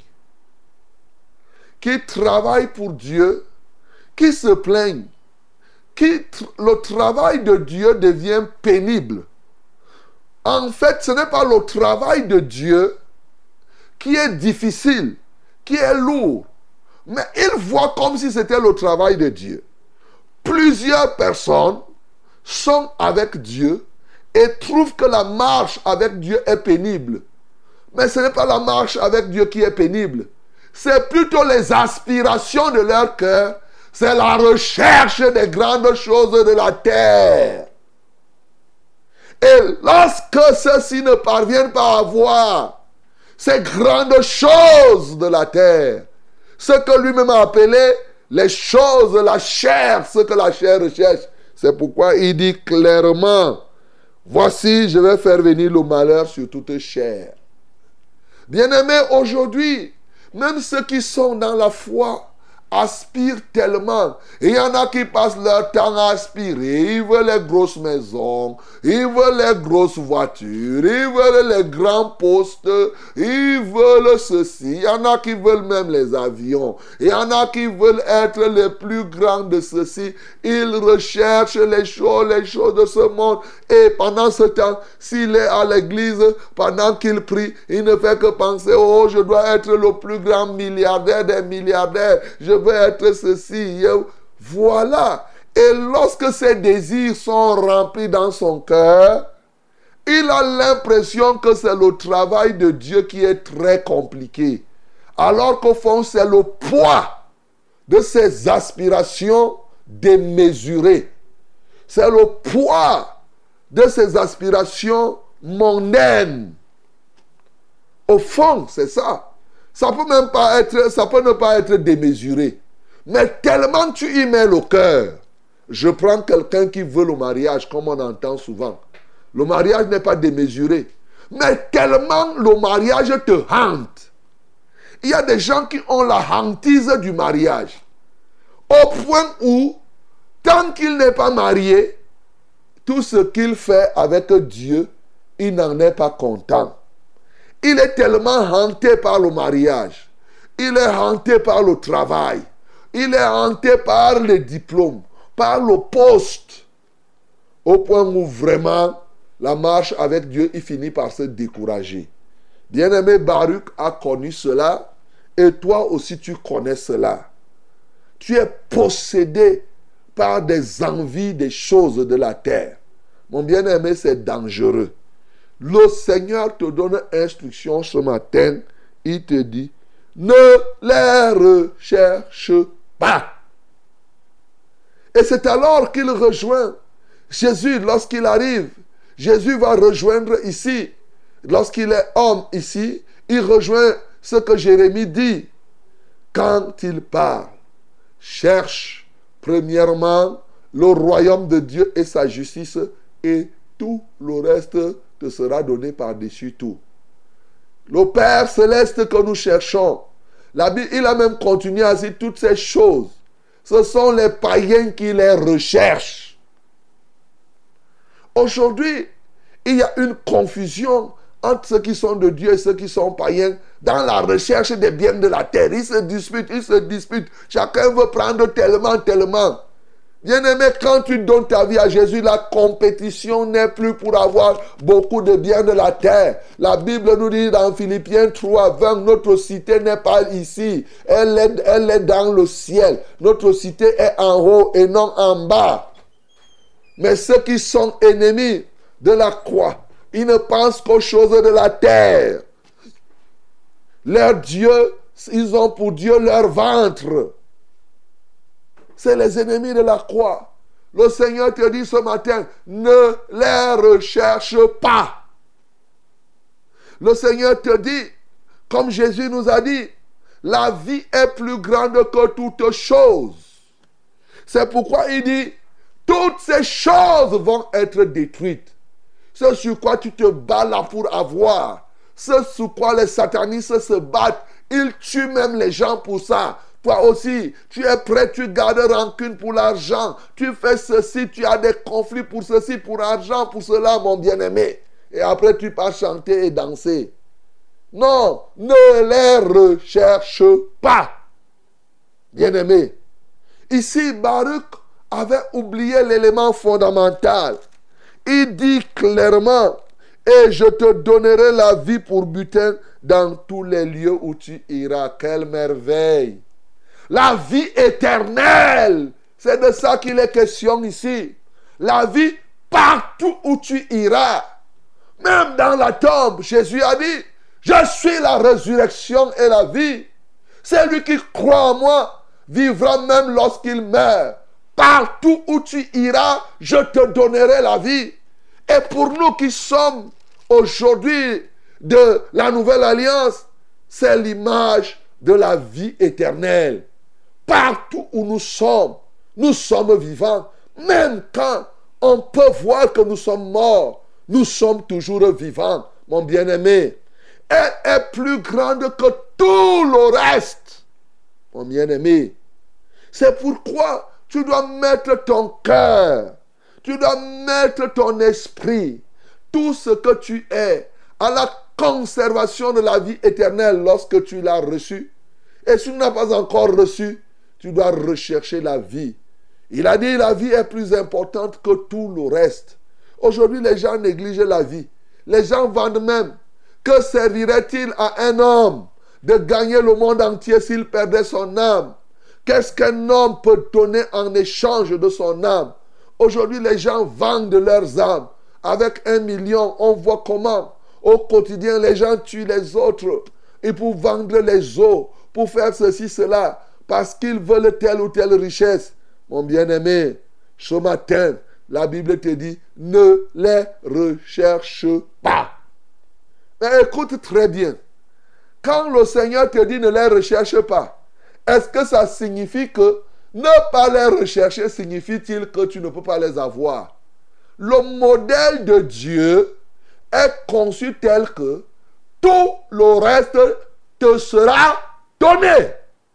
Qui travaillent pour Dieu, qui se plaignent. Le travail de Dieu devient pénible. En fait, ce n'est pas le travail de Dieu qui est difficile, qui est lourd, mais il voit comme si c'était le travail de Dieu. Plusieurs personnes sont avec Dieu et trouvent que la marche avec Dieu est pénible. Mais ce n'est pas la marche avec Dieu qui est pénible. C'est plutôt les aspirations de leur cœur. C'est la recherche des grandes choses de la terre. Et lorsque ceux-ci ne parviennent pas à voir ces grandes choses de la terre, ce que lui-même a appelé les choses de la chair, ce que la chair recherche, c'est pourquoi il dit clairement, voici, je vais faire venir le malheur sur toute chair. Bien-aimés, aujourd'hui, même ceux qui sont dans la foi aspirent tellement. Et il y en a qui passent leur temps à aspirer. Ils veulent les grosses maisons, ils veulent les grosses voitures, ils veulent les grands postes, ils veulent ceci. Il y en a qui veulent même les avions. Il y en a qui veulent être les plus grands de ceci. Ils recherchent les choses de ce monde. Et pendant ce temps, s'il est à l'église, pendant qu'il prie, il ne fait que penser, oh, je dois être le plus grand milliardaire des milliardaires. Je veux être ceci. Voilà. Et lorsque ces désirs sont remplis dans son cœur, il a l'impression que c'est le travail de Dieu qui est très compliqué. Alors qu'au fond, c'est le poids de ses aspirations démesurées. C'est le poids de ses aspirations mondaines. Au fond, c'est ça. Ça peut même pas être, ça peut ne pas être démesuré. Mais tellement tu y mets le cœur. Je prends quelqu'un qui veut le mariage, comme on entend souvent. Le mariage n'est pas démesuré. Mais tellement le mariage te hante. Il y a des gens qui ont la hantise du mariage. Au point où, tant qu'il n'est pas marié, tout ce qu'il fait avec Dieu, il n'en est pas content. Il est tellement hanté par le mariage. Il est hanté par le travail. Il est hanté par les diplômes, par le poste. Au point où vraiment, la marche avec Dieu, il finit par se décourager. Bien-aimé, Baruch a connu cela. Et toi aussi, tu connais cela. Tu es possédé par des envies, des choses de la terre. Mon bien-aimé, c'est dangereux. Le Seigneur te donne instruction ce matin. Il te dit, ne les recherche pas. Et c'est alors qu'il rejoint Jésus lorsqu'il arrive. Jésus va rejoindre ici. Lorsqu'il est homme ici, il rejoint ce que Jérémie dit. Quand il parle, cherche premièrement le royaume de Dieu et sa justice, et tout le reste te sera donné par-dessus tout. Le Père céleste que nous cherchons, la Bible, il a même continué à dire toutes ces choses Ce sont les païens qui les recherchent. Aujourd'hui, il y a une confusion entre ceux qui sont de Dieu et ceux qui sont païens dans la recherche des biens de la terre. Ils se disputent. Chacun veut prendre tellement. Bien-aimé, quand tu donnes ta vie à Jésus, la compétition n'est plus pour avoir beaucoup de biens de la terre. La Bible nous dit dans Philippiens 3:20, notre cité n'est pas ici. Elle est dans le ciel. Notre cité est en haut et non en bas. Mais ceux qui sont ennemis de la croix, ils ne pensent qu'aux choses de la terre. Leur Dieu, ils ont pour Dieu leur ventre. C'est les ennemis de la croix. Le Seigneur te dit ce matin, ne les recherche pas. Le Seigneur te dit, comme Jésus nous a dit, la vie est plus grande que toute chose. C'est pourquoi il dit, toutes ces choses vont être détruites. Ce sur quoi tu te bats là pour avoir, ce sur quoi les satanistes se battent, ils tuent même les gens pour ça. Toi aussi, tu es prêt, tu gardes rancune pour l'argent. Tu fais ceci, tu as des conflits pour ceci, pour l'argent, pour cela, mon bien-aimé. Et après, tu pars chanter et danser. Non, ne les recherche pas. Bien-aimé. Ici, Baruch avait oublié l'élément fondamental. Il dit clairement, et je te donnerai la vie pour butin dans tous les lieux où tu iras. Quelle merveille! La vie éternelle, c'est de ça qu'il est question ici. La vie partout où tu iras. Même dans la tombe, Jésus a dit, je suis la résurrection et la vie. Celui qui croit en moi vivra même lorsqu'il meurt. Partout où tu iras, je te donnerai la vie. Et pour nous qui sommes aujourd'hui de la nouvelle alliance, c'est l'image de la vie éternelle. Partout où nous sommes vivants. Même quand on peut voir que nous sommes morts, nous sommes toujours vivants, mon bien-aimé. Elle est plus grande que tout le reste, mon bien-aimé. C'est pourquoi tu dois mettre ton cœur, tu dois mettre ton esprit, tout ce que tu es, à la conservation de la vie éternelle lorsque tu l'as reçu. Et si tu n'as pas encore reçu, tu dois rechercher la vie. Il a dit la vie est plus importante que tout le reste. Aujourd'hui, les gens négligent la vie. Les gens vendent même. Que servirait-il à un homme de gagner le monde entier s'il perdait son âme? Qu'est-ce qu'un homme peut donner en échange de son âme? Aujourd'hui, les gens vendent leurs âmes. Avec 1 million, on voit comment au quotidien, les gens tuent les autres. Et pour vendre les os, pour faire ceci, cela, parce qu'ils veulent telle ou telle richesse. Mon bien-aimé, ce matin, la Bible te dit, ne les recherche pas. Mais écoute très bien. Quand le Seigneur te dit ne les recherche pas, est-ce que ça signifie que ne pas les rechercher signifie-t-il que tu ne peux pas les avoir? Le modèle de Dieu est conçu tel que tout le reste te sera donné.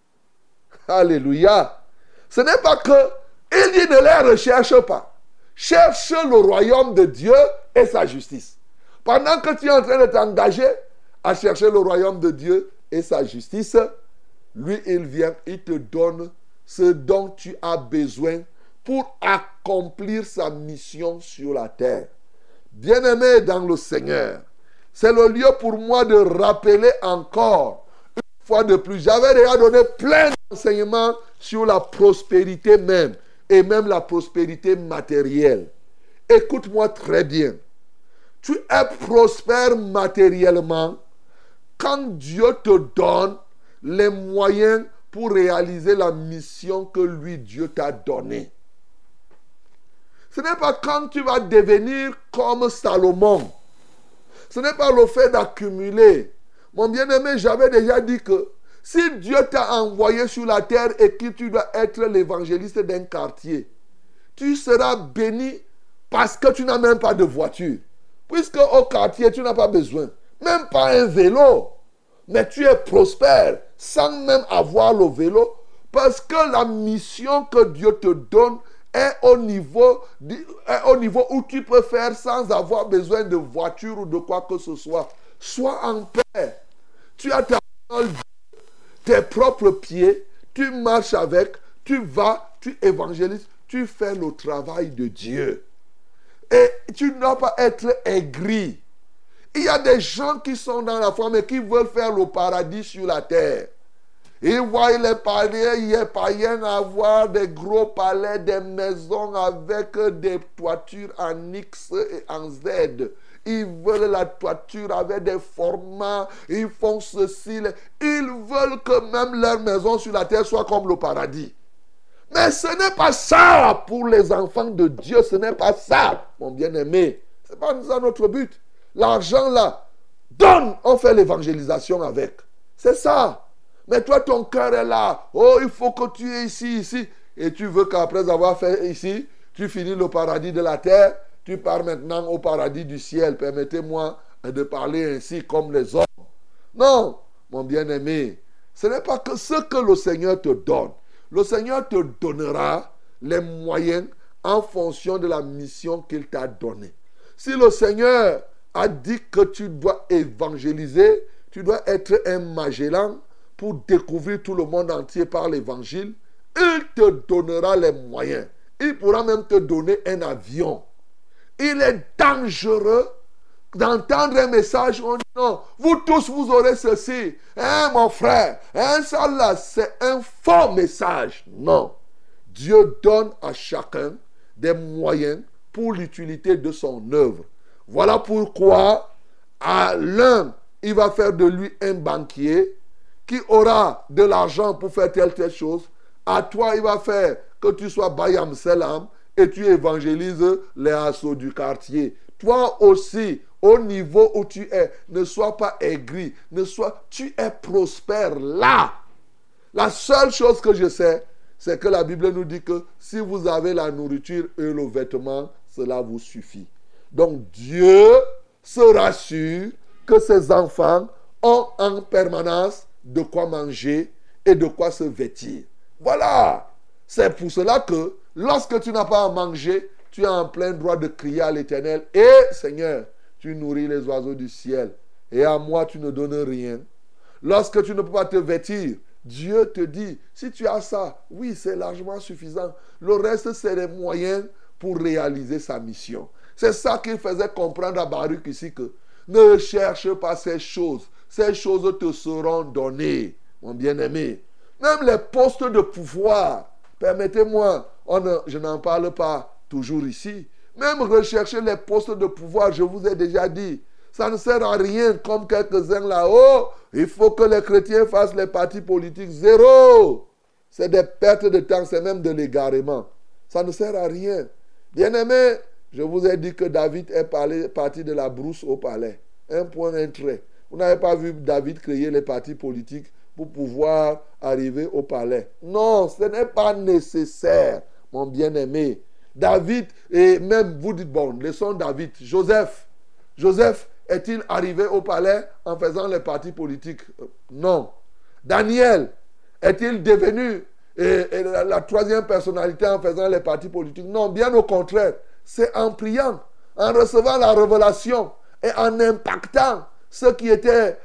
Alléluia. Ce n'est pas que il dit ne les recherche pas. Cherche le royaume de Dieu et sa justice. Pendant que tu es en train de t'engager à chercher le royaume de Dieu et sa justice, lui, il vient, il te donne ce dont tu as besoin pour accomplir sa mission sur la terre. Bien-aimé dans le Seigneur, c'est le lieu pour moi de rappeler encore, une fois de plus, j'avais déjà donné plein d'enseignements sur la prospérité même, et même la prospérité matérielle. Écoute-moi très bien. Tu es prospère matériellement quand Dieu te donne les moyens pour réaliser la mission que lui, Dieu t'a donnée. Ce n'est pas quand tu vas devenir comme Salomon. Ce n'est pas le fait d'accumuler. Mon bien-aimé, j'avais déjà dit que si Dieu t'a envoyé sur la terre et que tu dois être l'évangéliste d'un quartier, tu seras béni parce que tu n'as même pas de voiture. Puisque au quartier, tu n'as pas besoin. Même pas un vélo. Mais tu es prospère sans même avoir le vélo Parce que la mission que Dieu te donne est au niveau où tu peux faire sans avoir besoin de voiture ou de quoi que ce soit. Sois en paix. Tu as ta parole, tes propres pieds, tu marches avec, tu vas, tu évangélises, tu fais le travail de Dieu. Et tu ne dois pas être aigri. Il y a des gens qui sont dans la foi mais qui veulent faire le paradis sur la terre. Ils voient les païens avoir des gros palais, des maisons avec des toitures en X et en Z. Ils veulent la toiture avec des formats. Ils font ceci. Ils veulent que même leur maison sur la terre soit comme le paradis. Mais ce n'est pas ça pour les enfants de Dieu. Ce n'est pas ça, mon bien-aimé. Ce n'est pas ça notre but. L'argent là, donne, on fait l'évangélisation avec. C'est ça. Mais toi, ton cœur est là. Oh, il faut que tu es ici. Et tu veux qu'après avoir fait ici, tu finis le paradis de la terre. Tu pars maintenant au paradis du ciel. Permettez-moi de parler ainsi comme les hommes. Non, mon bien-aimé. Ce n'est pas que ce que le Seigneur te donne. Le Seigneur te donnera les moyens en fonction de la mission qu'il t'a donnée. Si le Seigneur a dit que tu dois évangéliser, tu dois être un Magellan pour découvrir tout le monde entier par l'évangile, il te donnera les moyens. Il pourra même te donner un avion. Il est dangereux d'entendre un message, on dit non, vous tous vous aurez ceci, hein mon frère, hein ça là, c'est un faux message. Non, Dieu donne à chacun des moyens pour l'utilité de son œuvre. Voilà pourquoi à l'un, il va faire de lui un banquier qui aura de l'argent pour faire telle chose. À toi, il va faire que tu sois Bayam Selam et tu évangélises les assos du quartier. Toi aussi, au niveau où tu es, ne sois pas aigri, tu es prospère là. La seule chose que je sais, c'est que la Bible nous dit que si vous avez la nourriture et le vêtement, cela vous suffit. Donc Dieu se rassure que ses enfants ont en permanence de quoi manger et de quoi se vêtir. Voilà. C'est pour cela que lorsque tu n'as pas à manger, tu as en plein droit de crier à l'Éternel. Et Seigneur, tu nourris les oiseaux du ciel. Et à moi, tu ne donnes rien. Lorsque tu ne peux pas te vêtir, Dieu te dit, si tu as ça, oui, c'est largement suffisant. Le reste, c'est les moyens pour réaliser sa mission. C'est ça qu'il faisait comprendre à Baruch ici que ne cherche pas ces choses. Ces choses te seront données, mon bien-aimé. Même les postes de pouvoir, permettez-moi, je n'en parle pas toujours ici. Même rechercher les postes de pouvoir, je vous ai déjà dit, ça ne sert à rien comme quelques-uns là-haut. Il faut que les chrétiens fassent les partis politiques. Zéro. C'est des pertes de temps, c'est même de l'égarement. Ça ne sert à rien. Bien-aimé, je vous ai dit que David est parti de la brousse au palais. Un point, un trait. Vous n'avez pas vu David créer les partis politiques pour pouvoir arriver au palais. Non, ce n'est pas nécessaire, mon bien-aimé. David, et même vous dites, bon, laissons David. Joseph, est-il arrivé au palais en faisant les partis politiques? Non. Daniel, est-il devenu la troisième personnalité en faisant les partis politiques? Non, bien au contraire. C'est en priant, en recevant la révélation et en impactant ce qui était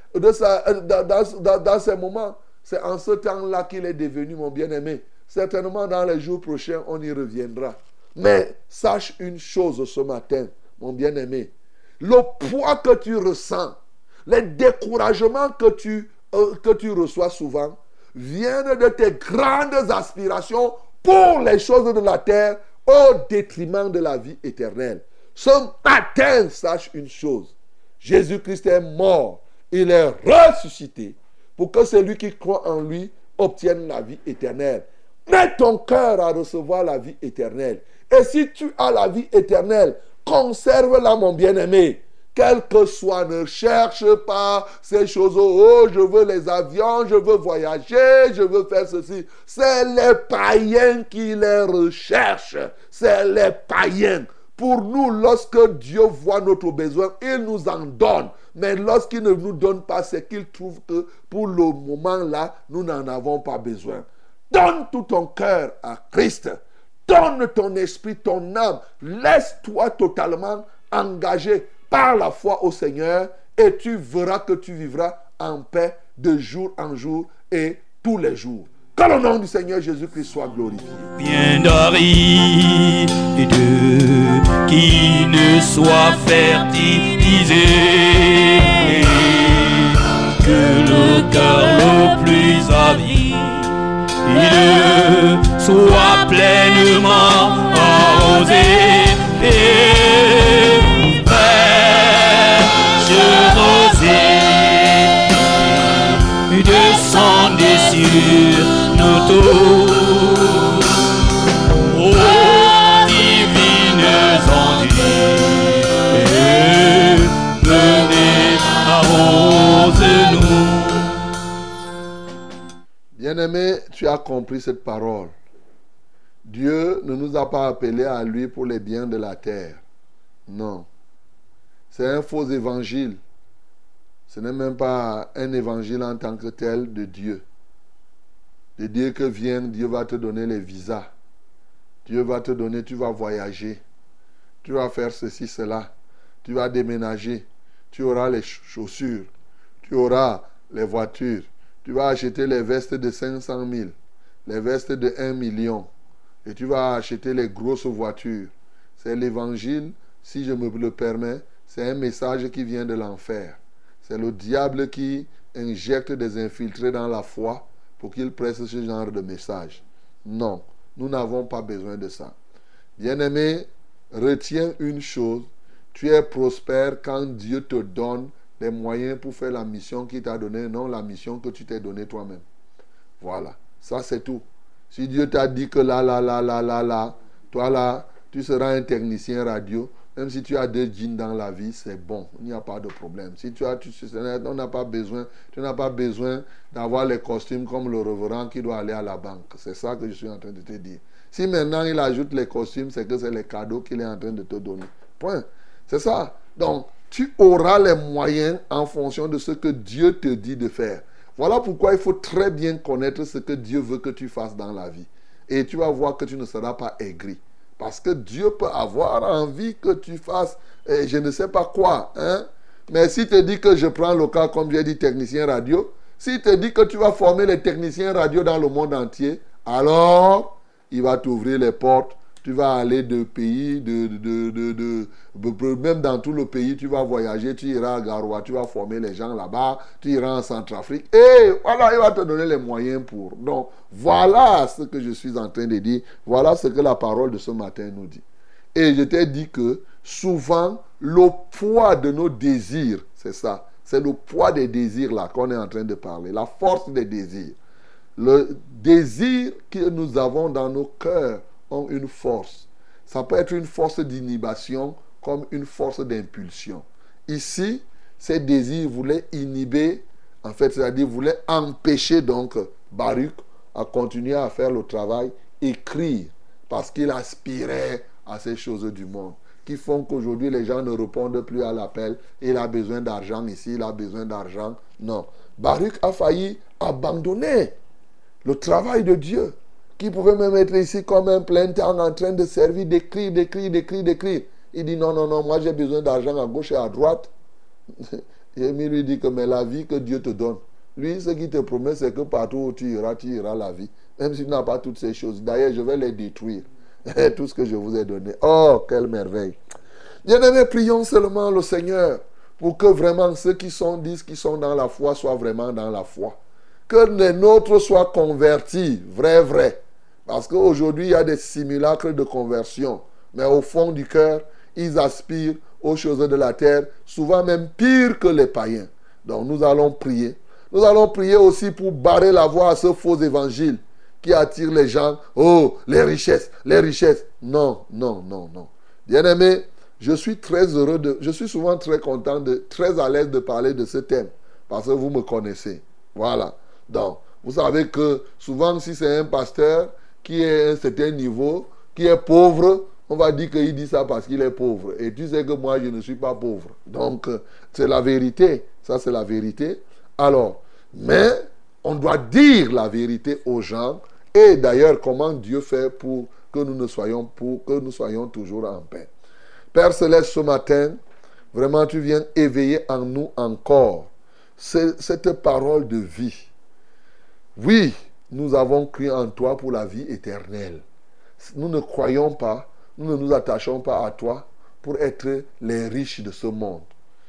dans ces moments. C'est en ce temps-là qu'il est devenu mon bien-aimé. Certainement dans les jours prochains, on y reviendra. Mais sache une chose ce matin, mon bien-aimé. Le poids que tu ressens, les découragements que tu reçois souvent, viennent de tes grandes aspirations pour les choses de la terre au détriment de la vie éternelle. Ce matin, sache une chose. Jésus-Christ est mort. Il est ressuscité pour que celui qui croit en lui obtienne la vie éternelle. Mets ton cœur à recevoir la vie éternelle. Et si tu as la vie éternelle, conserve-la, mon bien-aimé. Quel que soit, ne cherche pas ces choses. Oh, je veux les avions, je veux voyager, je veux faire ceci. C'est les païens qui les recherchent. C'est les païens. Pour nous, lorsque Dieu voit notre besoin, il nous en donne. Mais lorsqu'il ne nous donne pas, c'est qu'il trouve que pour le moment là, nous n'en avons pas besoin. Donne tout ton cœur à Christ. Donne ton esprit, ton âme. Laisse-toi totalement engagé par la foi au Seigneur et tu verras que tu vivras en paix de jour en jour et tous les jours. Que le nom du Seigneur Jésus-Christ soit glorifié. Bien d'aride qui ne soit fertilisé, que le cœur le plus avide soit pleinement arrosé et fraîche rosée descendez sur nos tours, ô divines ondes, venez arrose-nous. Bien-aimé, tu as compris cette parole. Dieu ne nous a pas appelés à lui pour les biens de la terre. Non. C'est un faux évangile. Ce n'est même pas un évangile en tant que tel de Dieu. De dire que viens, Dieu va te donner les visas. Dieu va te donner, tu vas voyager. Tu vas faire ceci, cela. Tu vas déménager. Tu auras les chaussures. Tu auras les voitures. Tu vas acheter les vestes de 500 000. Les vestes de 1 million. Et tu vas acheter les grosses voitures. C'est l'évangile, si je me le permets, c'est un message qui vient de l'enfer. C'est le diable qui injecte des infiltrés dans la foi pour qu'il presse ce genre de message. Non, nous n'avons pas besoin de ça. Bien-aimé, retiens une chose, tu es prospère quand Dieu te donne les moyens pour faire la mission qu'il t'a donnée, non la mission que tu t'es donnée toi-même. Voilà, ça c'est tout. Si Dieu t'a dit que là, toi là, tu seras un technicien radio, même si tu as 2 jeans dans la vie, c'est bon, il n'y a pas de problème. Si tu n'as pas besoin d'avoir les costumes comme le reverend qui doit aller à la banque. C'est ça que je suis en train de te dire. Si maintenant il ajoute les costumes, c'est que c'est les cadeaux qu'il est en train de te donner. Point. C'est ça. Donc, tu auras les moyens en fonction de ce que Dieu te dit de faire. Voilà pourquoi il faut très bien connaître ce que Dieu veut que tu fasses dans la vie. Et tu vas voir que tu ne seras pas aigri. Parce que Dieu peut avoir envie que tu fasses je ne sais pas quoi. Hein? Mais s'il te dit que je prends le cas, comme j'ai dit, technicien radio, s'il te dit que tu vas former les techniciens radio dans le monde entier, alors il va t'ouvrir les portes. Tu vas aller de pays, même dans tout le pays, tu vas voyager, tu iras à Garoua, tu vas former les gens là-bas, tu iras en Centrafrique. Et voilà, il va te donner les moyens pour. Donc, voilà ce que je suis en train de dire. Voilà ce que la parole de ce matin nous dit. Et je t'ai dit que souvent, le poids de nos désirs, c'est ça. C'est le poids des désirs là qu'on est en train de parler. La force des désirs. Le désir que nous avons dans nos cœurs ont une force. Ça peut être une force d'inhibition comme une force d'impulsion. Ici, ces désirs voulaient inhiber, en fait, c'est-à-dire voulaient empêcher donc Baruch à continuer à faire le travail, écrire, parce qu'il aspirait à ces choses du monde, qui font qu'aujourd'hui les gens ne répondent plus à l'appel. Il a besoin d'argent ici, il a besoin d'argent. Non. Baruch a failli abandonner le travail de Dieu, qui pouvait même être ici comme un plein temps en train de servir, d'écrire. Il dit non, moi j'ai besoin d'argent à gauche et à droite. Jérémie lui dit que mais la vie que Dieu te donne, lui ce qu'il te promet c'est que partout où tu iras la vie. Même si tu n'as pas toutes ces choses. D'ailleurs je vais les détruire. Tout ce que je vous ai donné. Oh, quelle merveille. Bien-aimés, prions seulement le Seigneur pour que vraiment ceux qui disent qu'ils sont dans la foi soient vraiment dans la foi. Que les nôtres soient convertis, vrai. Parce qu'aujourd'hui, il y a des simulacres de conversion. Mais au fond du cœur, ils aspirent aux choses de la terre, souvent même pire que les païens. Donc nous allons prier. Nous allons prier aussi pour barrer la voie à ce faux évangile qui attire les gens. Oh, les richesses. Non. Bien-aimés, je suis très heureux je suis souvent très content, très à l'aise de parler de ce thème. Parce que vous me connaissez. Voilà. Donc, vous savez que souvent, si c'est un pasteur qui est à un certain niveau, qui est pauvre, on va dire qu'il dit ça parce qu'il est pauvre. Et tu sais que moi, je ne suis pas pauvre. Donc, c'est la vérité. Ça, c'est la vérité. Alors, mais on doit dire la vérité aux gens Et d'ailleurs, comment Dieu fait pour que nous soyons toujours en paix. Père Céleste, ce matin, vraiment tu viens éveiller en nous encore cette parole de vie. Oui, nous avons cru en toi pour la vie éternelle. Nous ne croyons pas, nous ne nous attachons pas à toi pour être les riches de ce monde.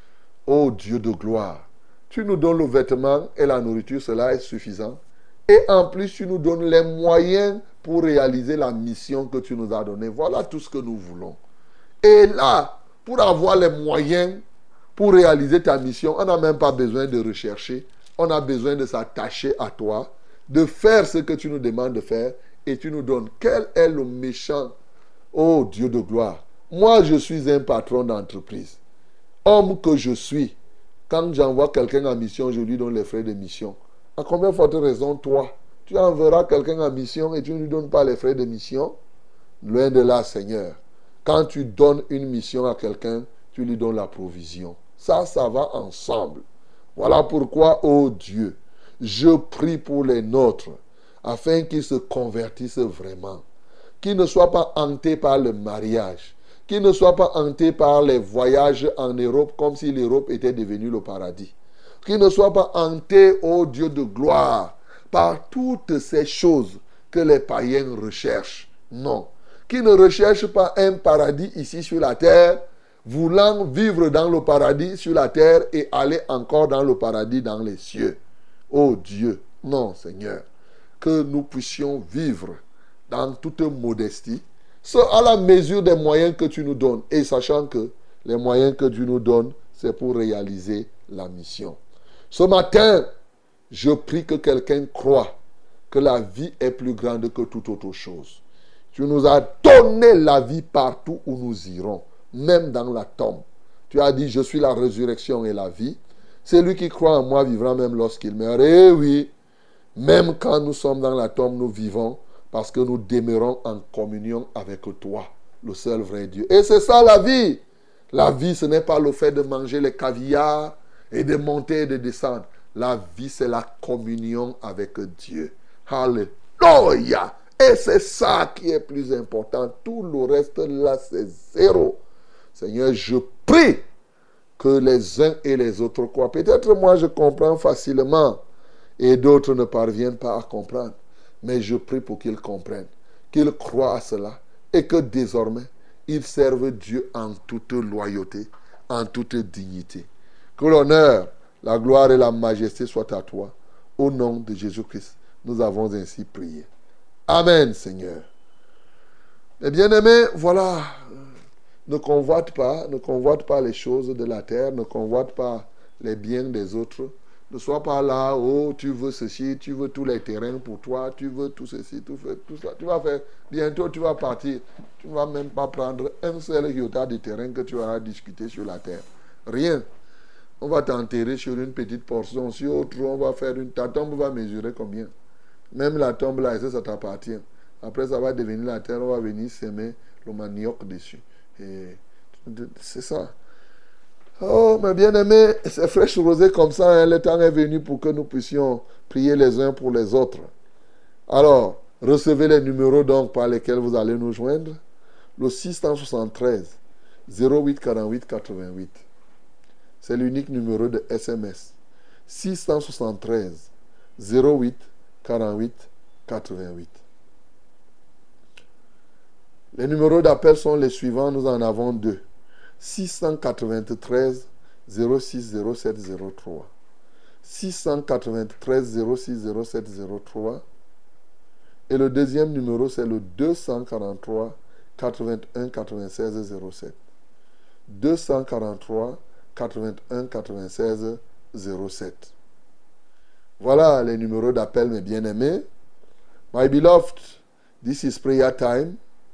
Ô Dieu de gloire, tu nous donnes le vêtement et la nourriture, cela est suffisant. Et en plus, tu nous donnes les moyens pour réaliser la mission que tu nous as donnée. Voilà tout ce que nous voulons. Et là, pour avoir les moyens pour réaliser ta mission, on n'a même pas besoin de rechercher. On a besoin de s'attacher à toi, de faire ce que tu nous demandes de faire. Et tu nous donnes. Quel est le méchant? Oh Dieu de gloire. Moi, je suis un patron d'entreprise. Homme que je suis. Quand j'envoie quelqu'un en mission, je lui donne les frais de mission. À combien forte raison, toi, tu enverras quelqu'un en mission et tu ne lui donnes pas les frais de mission? Loin de là, Seigneur. Quand tu donnes une mission à quelqu'un, tu lui donnes la provision. Ça va ensemble. Voilà pourquoi, oh Dieu, je prie pour les nôtres, afin qu'ils se convertissent vraiment. Qu'ils ne soient pas hantés par le mariage. Qu'ils ne soient pas hantés par les voyages en Europe, comme si l'Europe était devenue le paradis. Qu'ils ne soient pas hantés, ô Dieu de gloire, par toutes ces choses que les païens recherchent. Non. Qu'ils ne recherchent pas un paradis ici sur la terre, voulant vivre dans le paradis sur la terre et aller encore dans le paradis dans les cieux. Ô Dieu, non Seigneur. Que nous puissions vivre dans toute modestie, à la mesure des moyens que tu nous donnes, et sachant que les moyens que tu nous donnes, c'est pour réaliser la mission. Ce matin, je prie que quelqu'un croie que la vie est plus grande que toute autre chose. Tu nous as donné la vie partout où nous irons, même dans la tombe. Tu as dit, je suis la résurrection et la vie. Celui qui croit en moi vivra même lorsqu'il meurt. Eh oui, même quand nous sommes dans la tombe, nous vivons parce que nous demeurons en communion avec toi, le seul vrai Dieu. Et c'est ça la vie. La vie, ce n'est pas le fait de manger les caviars et de monter et de descendre. La vie, c'est la communion avec Dieu. Alléluia. Et c'est ça qui est plus important. Tout le reste, là, c'est zéro. Seigneur, je prie que les uns et les autres croient. Peut-être moi, je comprends facilement et d'autres ne parviennent pas à comprendre. Mais je prie pour qu'ils comprennent, qu'ils croient à cela et que désormais, ils servent Dieu en toute loyauté, en toute dignité. Que l'honneur, la gloire et la majesté soient à toi. Au nom de Jésus-Christ, nous avons ainsi prié. Amen, Seigneur. Et bien-aimés, voilà, ne convoite pas les choses de la terre, ne convoite pas les biens des autres. Ne sois pas là, oh, tu veux ceci, tu veux tous les terrains pour toi, tu veux tout ceci, tout ça. Tu vas faire, bientôt tu vas partir. Tu ne vas même pas prendre un seul iota de terrain que tu vas discuter sur la terre. Rien. On va t'enterrer sur une petite portion. Sur autre, on va faire ta tombe va mesurer combien? Même la tombe là, ça t'appartient. Après, ça va devenir la terre, on va venir semer le manioc dessus. Et c'est ça. Oh, mes bien-aimés, c'est fraîche rosée comme ça, hein, le temps est venu pour que nous puissions prier les uns pour les autres. Alors, recevez les numéros donc par lesquels vous allez nous joindre. Le 673 08 48 88. C'est l'unique numéro de SMS. 673 08 48 88. Les numéros d'appel sont les suivants, nous en avons deux. 693 06 07 03. 693 06 07 03. Et le deuxième numéro, c'est le 243 81 96 07. 243 81 96 07. Voilà les numéros d'appel, mes bien-aimés. My beloved, this is prayer time.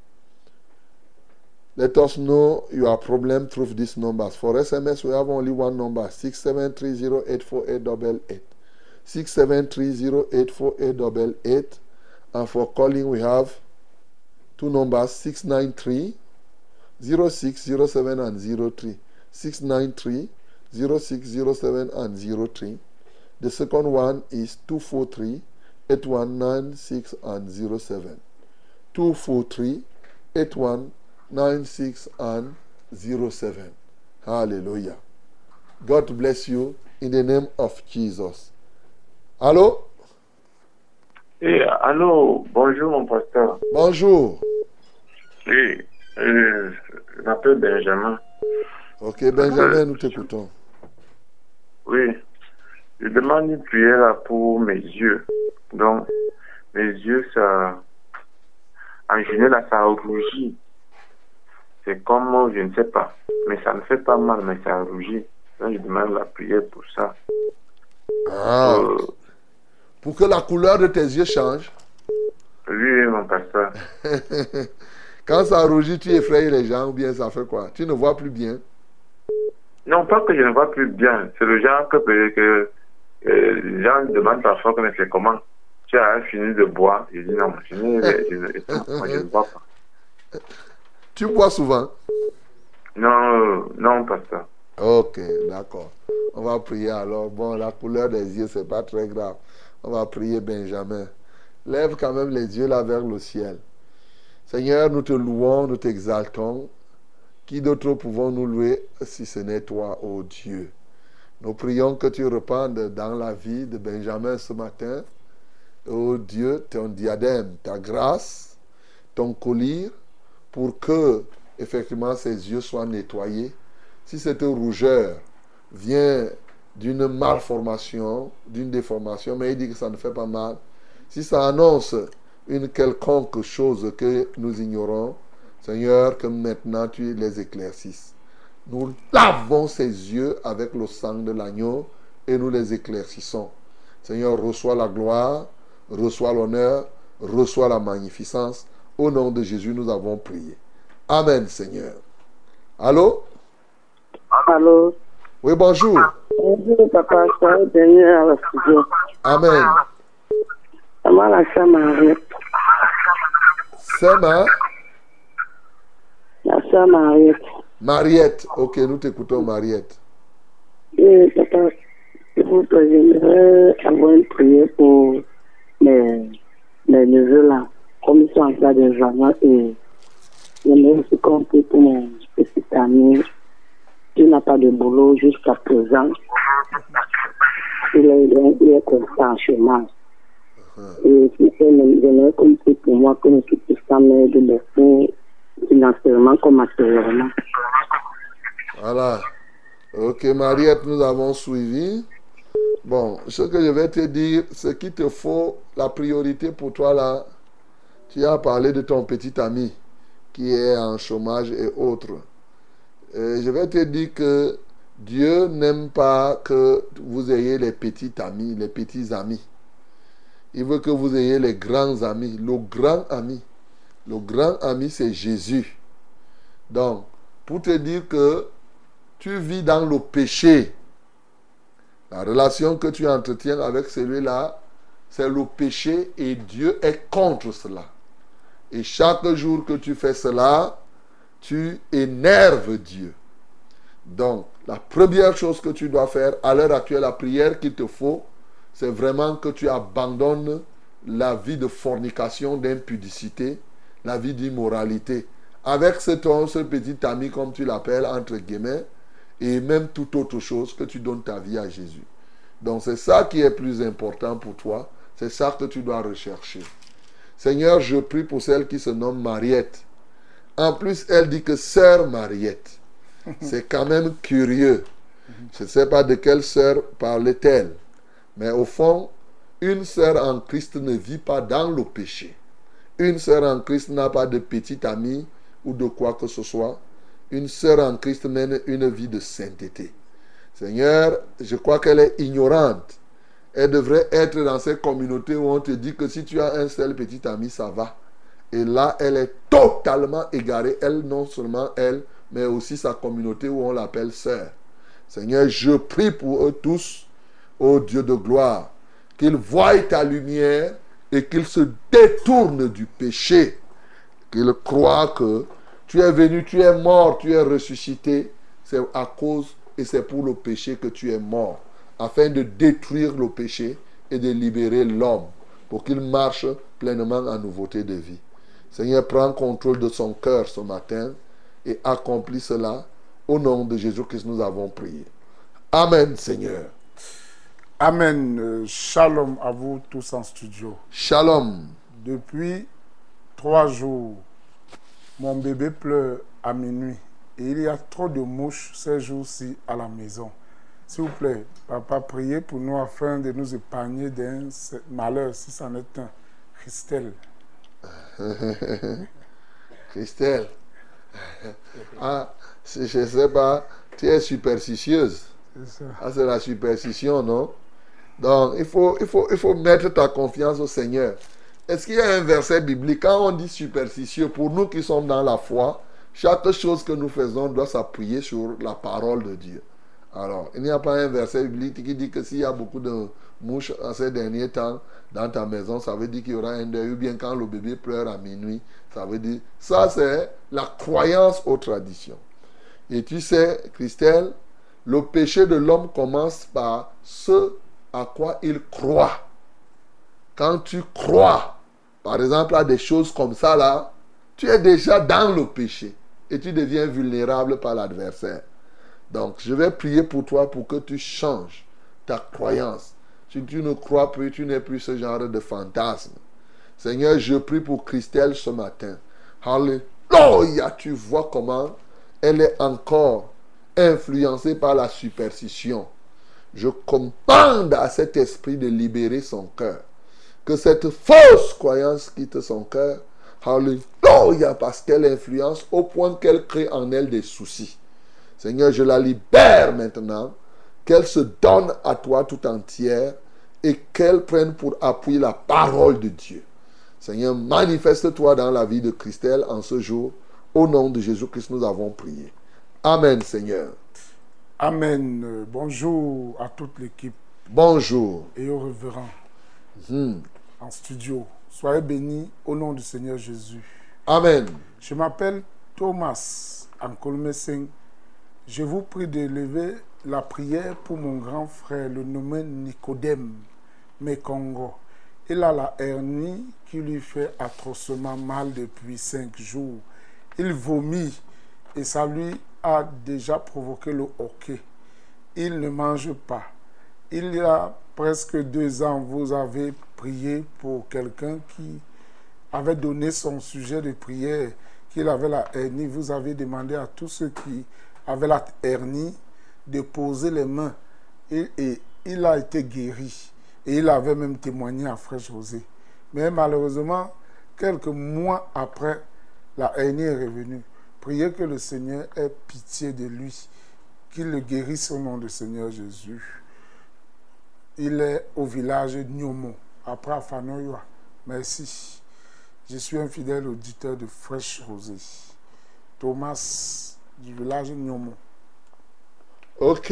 Let us know your problem through these numbers. For SMS, we have only one number, 673084888. 673084888. And for calling, we have two numbers, 693 0607 and 03. 693 0607 and 03. The second one is 243 243-819607. 243-819607. Hallelujah. God bless you in the name of Jesus. Allô? Allô, bonjour mon pasteur. Bonjour. Oui, je m'appelle Benjamin. Ok, Benjamin, nous t'écoutons. Oui, je demande une prière là pour mes yeux. Donc, mes yeux, ça, en général, ça rougit. C'est comme, je ne sais pas, mais ça ne fait pas mal, mais ça rougit. Donc, je demande la prière pour ça. Ah, pour que la couleur de tes yeux change. Oui, mon pasteur. Quand ça rougit, tu effrayes les gens ou bien ça fait quoi? Tu ne vois plus bien? Non, pas que je ne vois plus bien. C'est le genre que les gens me demandent parfois mais c'est comment? Tu as fini de boire? Je dis non, je ne bois pas. Tu bois souvent? Non, non, pasteur. Ok, d'accord. On va prier alors. Bon, la couleur des yeux, c'est pas très grave. On va prier Benjamin. Lève quand même les yeux là vers le ciel. Seigneur, nous te louons, nous t'exaltons. Qui d'autre pouvons-nous louer si ce n'est toi, ô Dieu? Nous prions que tu rependes dans la vie de Benjamin ce matin. Ô Dieu, ton diadème, ta grâce, ton collier, pour que, effectivement, ses yeux soient nettoyés. Si cette rougeur vient d'une malformation, d'une déformation, mais il dit que ça ne fait pas mal. Si ça annonce une quelconque chose que nous ignorons, Seigneur, que maintenant tu les éclaircisses. Nous lavons ses yeux avec le sang de l'agneau et nous les éclaircissons. Seigneur, reçois la gloire, reçois l'honneur, reçois la magnificence. Au nom de Jésus, nous avons prié. Amen, Seigneur. Allô? Allô? Oui, bonjour. Bonjour, papa. Soyez béni à la studio. Amen. Comment la sœur Mariette? C'est ma? La sœur Mariette. Mariette. Ok, nous t'écoutons, Mariette. Oui, papa. J'aimerais avoir une prière pour mes neveux là. Comme ils sont en train d'examen et j'aimerais aussi compter pour mon petit ami qui n'a pas de boulot jusqu'à présent. Il est constant en chômage. Et j'aimerais compter pour moi que tout ça m'aide de le faire financièrement comme matériellement. Voilà. Ok, Mariette, nous avons suivi. Bon, ce que je vais te dire, ce qu'il te faut, la priorité pour toi là, tu as parlé de ton petit ami qui est en chômage et autres. Je vais te dire que Dieu n'aime pas que vous ayez les petits amis, les petits amis. Il veut que vous ayez les grands amis. Le grand ami, c'est Jésus. Donc, pour te dire que tu vis dans le péché, la relation que tu entretiens avec celui-là, c'est le péché et Dieu est contre cela. Et chaque jour que tu fais cela, tu énerves Dieu. Donc, la première chose que tu dois faire, à l'heure actuelle, la prière qu'il te faut, c'est vraiment que tu abandonnes la vie de fornication, d'impudicité, la vie d'immoralité. Avec ce petit ami, comme tu l'appelles, entre guillemets, et même toute autre chose, que tu donnes ta vie à Jésus. Donc, c'est ça qui est plus important pour toi. C'est ça que tu dois rechercher. Seigneur, je prie pour celle qui se nomme Mariette. En plus, elle dit que sœur Mariette. C'est quand même curieux. Je ne sais pas de quelle sœur parlait-elle. Mais au fond, une sœur en Christ ne vit pas dans le péché. Une sœur en Christ n'a pas de petit ami ou de quoi que ce soit. Une sœur en Christ mène une vie de sainteté. Seigneur, je crois qu'elle est ignorante. Elle devrait être dans ces communautés où on te dit que si tu as un seul petit ami, ça va. Et là, elle est totalement égarée. Elle, non seulement elle, mais aussi sa communauté où on l'appelle sœur. Seigneur, je prie pour eux tous, ô Dieu de gloire, qu'ils voient ta lumière et qu'ils se détournent du péché. Qu'ils croient que tu es venu, tu es mort, tu es ressuscité. C'est à cause et c'est pour le péché que tu es mort, afin de détruire le péché et de libérer l'homme. pour qu'il marche pleinement en nouveauté de vie. Seigneur, prends contrôle de son cœur ce matin et accomplis cela. Au nom de Jésus-Christ, nous avons prié. Amen, Seigneur. Amen. Shalom à vous tous en studio. Shalom. Depuis 3 jours, mon bébé pleure à minuit. Et il y a trop de mouches ces jours-ci à la maison. S'il vous plaît, papa, priez pour nous afin de nous épargner d'un malheur, si c'en est un. Christelle. Christelle. Ah, je ne sais pas, tu es superstitieuse. C'est ça. Ah, c'est la superstition, non? Donc, il faut mettre ta confiance au Seigneur. Est-ce qu'il y a un verset biblique? Quand on dit superstitieux, pour nous qui sommes dans la foi, chaque chose que nous faisons doit s'appuyer sur la parole de Dieu. Alors, il n'y a pas un verset biblique qui dit que s'il y a beaucoup de mouches en ces derniers temps dans ta maison, ça veut dire qu'il y aura un deuil. Ou bien quand le bébé pleure à minuit, ça veut dire... Ça, c'est la croyance aux traditions. Et tu sais, Christelle, le péché de l'homme commence par ce à quoi il croit. Quand tu crois, par exemple, à des choses comme ça, là, tu es déjà dans le péché et tu deviens vulnérable par l'adversaire. Donc, je vais prier pour toi pour que tu changes ta croyance. Si tu ne crois plus, tu n'es plus ce genre de fantasme. Seigneur, je prie pour Christelle ce matin. Alléluia, tu vois comment elle est encore influencée par la superstition. Je commande à cet esprit de libérer son cœur. Que cette fausse croyance quitte son cœur. Alléluia, parce qu'elle influence au point qu'elle crée en elle des soucis. Seigneur, je la libère maintenant. Qu'elle se donne à toi tout entière et qu'elle prenne pour appui la parole de Dieu. Seigneur, manifeste-toi dans la vie de Christelle en ce jour. Au nom de Jésus-Christ, nous avons prié. Amen, Seigneur. Amen. Bonjour à toute l'équipe. Bonjour. Et au révérend en studio. Soyez bénis au nom du Seigneur Jésus. Amen. Je m'appelle Thomas Ankolmeseng. Je vous prie de lever la prière pour mon grand frère, le nommé Nicodème Mekongo. Il a la hernie qui lui fait atrocement mal depuis 5 jours. Il vomit et ça lui a déjà provoqué le hoquet. Il ne mange pas. Il y a presque 2 ans, vous avez prié pour quelqu'un qui avait donné son sujet de prière, qu'il avait la hernie. Vous avez demandé à tous ceux qui avaient la hernie de poser les mains. Et il a été guéri. Et il avait même témoigné à Frère José. Mais malheureusement, quelques mois après, la hernie est revenue. Priez que le Seigneur ait pitié de lui, qu'il le guérisse au nom du Seigneur Jésus. Il est au village Nyomo, après Afanoyoa. Merci. Je suis un fidèle auditeur de Fraîche Rosée. Thomas du village Nyomo. Ok.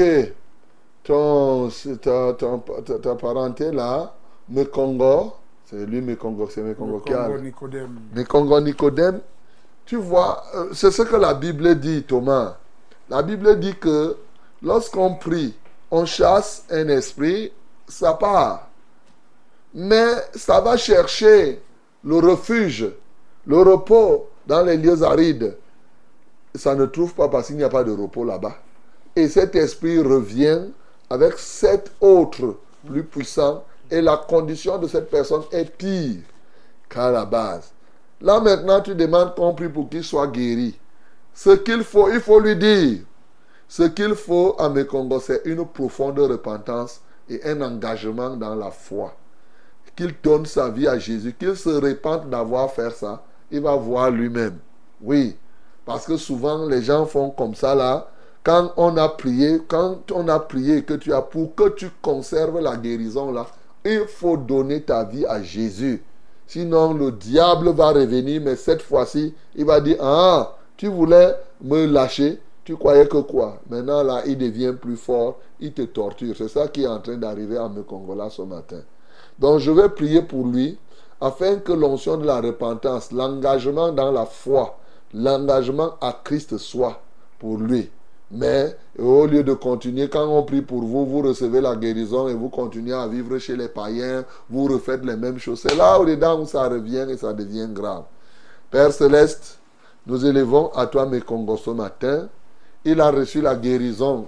Ta parenté là, Mekongo, c'est lui Mekongo, c'est Mekongo qui a. Nicodème. Mekongo Nicodème. Tu vois, c'est ce que la Bible dit, Thomas. La Bible dit que lorsqu'on prie, on chasse un esprit, ça part. Mais ça va chercher le refuge, le repos dans les lieux arides. Ça ne trouve pas parce qu'il n'y a pas de repos là-bas. Et cet esprit revient avec 7 autres plus puissants. Et la condition de cette personne est pire qu'à la base. Là maintenant, tu demandes qu'on prie pour qu'il soit guéri. Ce qu'il faut, il faut lui dire. Ce qu'il faut à Mekongo, c'est une profonde repentance et un engagement dans la foi. Qu'il donne sa vie à Jésus, qu'il se répande d'avoir fait ça, il va voir lui-même. Oui, parce que souvent les gens font comme ça là. Quand on a prié que tu as, pour que tu conserves la guérison là, il faut donner ta vie à Jésus. Sinon le diable va revenir, mais cette fois-ci, il va dire, ah, tu voulais me lâcher, tu croyais que quoi? Maintenant là, il devient plus fort, il te torture. C'est ça qui est en train d'arriver à Mekongo là ce matin. Donc je vais prier pour lui, afin que l'onction de la repentance, l'engagement dans la foi, l'engagement à Christ soit pour lui. Mais au lieu de continuer, quand on prie pour vous, vous recevez la guérison et vous continuez à vivre chez les païens, vous refaites les mêmes choses. C'est là dedans où ça revient et ça devient grave. Père Céleste, nous élevons à toi Mekongo ce matin. Il a reçu la guérison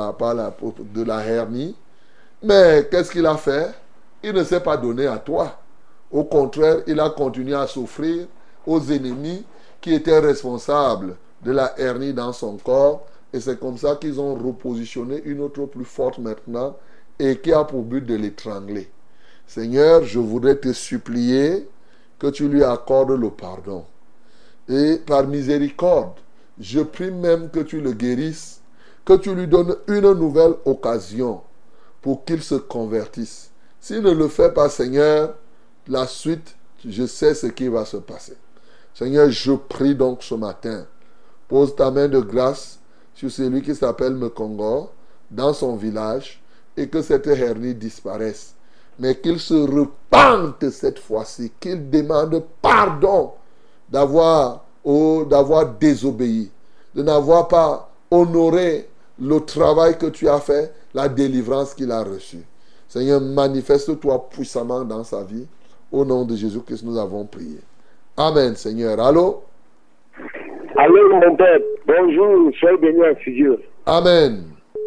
de la hernie. Mais qu'est-ce qu'il a fait? Il ne s'est pas donné à toi. Au contraire, il a continué à souffrir aux ennemis qui étaient responsables de la hernie dans son corps. Et c'est comme ça qu'ils ont repositionné une autre plus forte maintenant et qui a pour but de l'étrangler. Seigneur, je voudrais te supplier que tu lui accordes le pardon. Et par miséricorde, je prie même que tu le guérisses, que tu lui donnes une nouvelle occasion pour qu'il se convertisse. S'il ne le fait pas, Seigneur, la suite, je sais ce qui va se passer. Seigneur, je prie donc ce matin, pose ta main de grâce sur celui qui s'appelle Mekongo, dans son village, et que cette hernie disparaisse. Mais qu'il se repente cette fois-ci, qu'il demande pardon d'avoir désobéi, de n'avoir pas honoré le travail que tu as fait, la délivrance qu'il a reçue. Seigneur, manifeste-toi puissamment dans sa vie. Au nom de Jésus-Christ, nous avons prié. Amen, Seigneur. Allô? Allô, mon père. Bonjour, soyez béni en figure. Amen.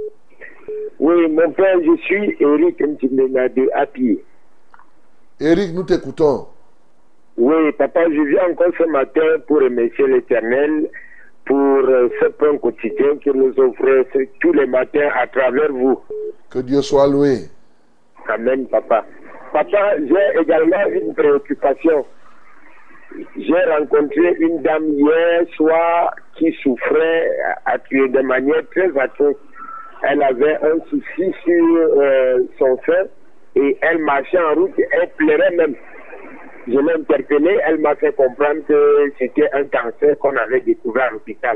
Oui, mon père, je suis Eric Mtimena de Api. Eric, nous t'écoutons. Oui, papa, je viens encore ce matin pour remercier l'Éternel pour ce pain quotidien qu'il nous offre tous les matins à travers vous. Que Dieu soit loué. Amen, papa. Papa, j'ai également une préoccupation. J'ai rencontré une dame hier soir qui souffrait de manière très atroce. Elle avait un souci sur son sein et elle marchait en route et elle pleurait même. Je l'ai interpellée, elle m'a fait comprendre que c'était un cancer qu'on avait découvert à l'hôpital.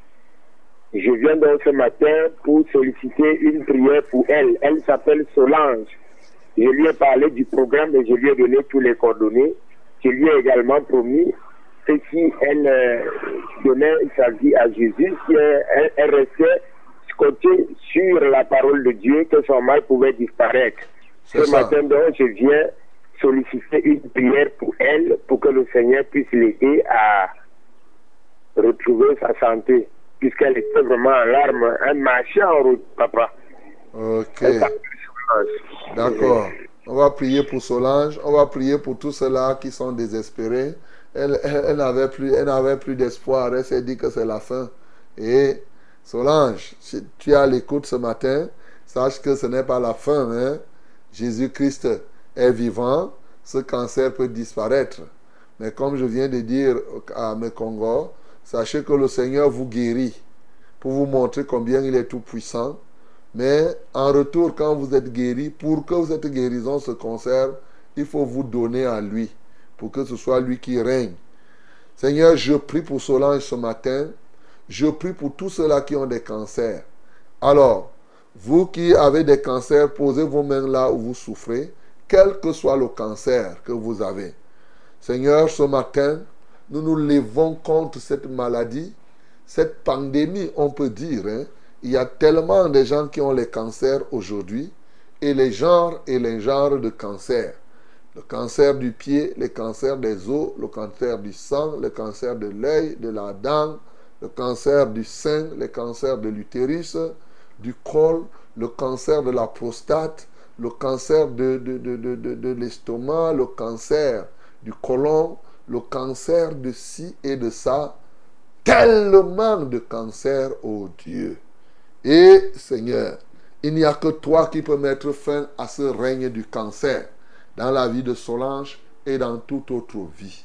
Je viens donc ce matin pour solliciter une prière pour elle. Elle s'appelle Solange. Je lui ai parlé du programme et je lui ai donné tous les coordonnées. Je lui ai également promis que si elle donnait sa vie à Jésus, si elle restait scotchée sur la parole de Dieu, que son mal pouvait disparaître. Ce matin donc, je viens solliciter une prière pour elle, pour que le Seigneur puisse l'aider à retrouver sa santé, puisqu'elle était vraiment en larmes. Elle marchait en route, papa. Ok. D'accord. On va prier pour Solange. On va prier pour tous ceux-là qui sont désespérés. Elle n'avait plus d'espoir. Elle s'est dit que c'est la fin. Et Solange, si tu es à l'écoute ce matin, sache que ce n'est pas la fin. Hein? Jésus-Christ est vivant. Ce cancer peut disparaître. Mais comme je viens de dire à Mekongo, sachez que le Seigneur vous guérit pour vous montrer combien il est tout puissant. Mais en retour, quand vous êtes guéri, pour que cette guérison se conserve, il faut vous donner à lui, pour que ce soit lui qui règne. Seigneur, je prie pour Solange ce matin. Je prie pour tous ceux-là qui ont des cancers. Alors, vous qui avez des cancers, posez vos mains là où vous souffrez, quel que soit le cancer que vous avez. Seigneur, ce matin, nous nous levons contre cette maladie, cette pandémie, on peut dire, hein. Il y a tellement de gens qui ont les cancers aujourd'hui, et les genres de cancers. Le cancer du pied, le cancer des os, le cancer du sang, le cancer de l'œil, de la dent, le cancer du sein, le cancer de l'utérus, du col, le cancer de la prostate, le cancer de l'estomac, le cancer du côlon, le cancer de ci et de ça. Tellement de cancers, oh Dieu. Et Seigneur, il n'y a que toi qui peux mettre fin à ce règne du cancer dans la vie de Solange et dans toute autre vie.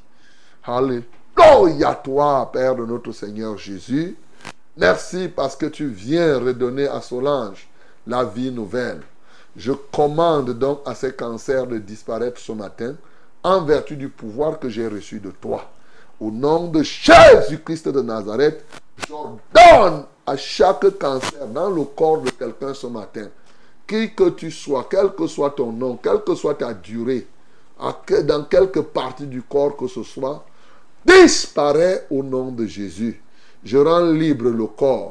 Alléluia toi, Père de notre Seigneur Jésus. Merci parce que tu viens redonner à Solange la vie nouvelle. Je commande donc à ces cancers de disparaître ce matin en vertu du pouvoir que j'ai reçu de toi. Au nom de Jésus-Christ de Nazareth, j'ordonne à chaque cancer dans le corps de quelqu'un ce matin, qui que tu sois, quel que soit ton nom, quelle que soit ta durée, dans quelque partie du corps que ce soit, disparaît au nom de Jésus. Je rends libre le corps.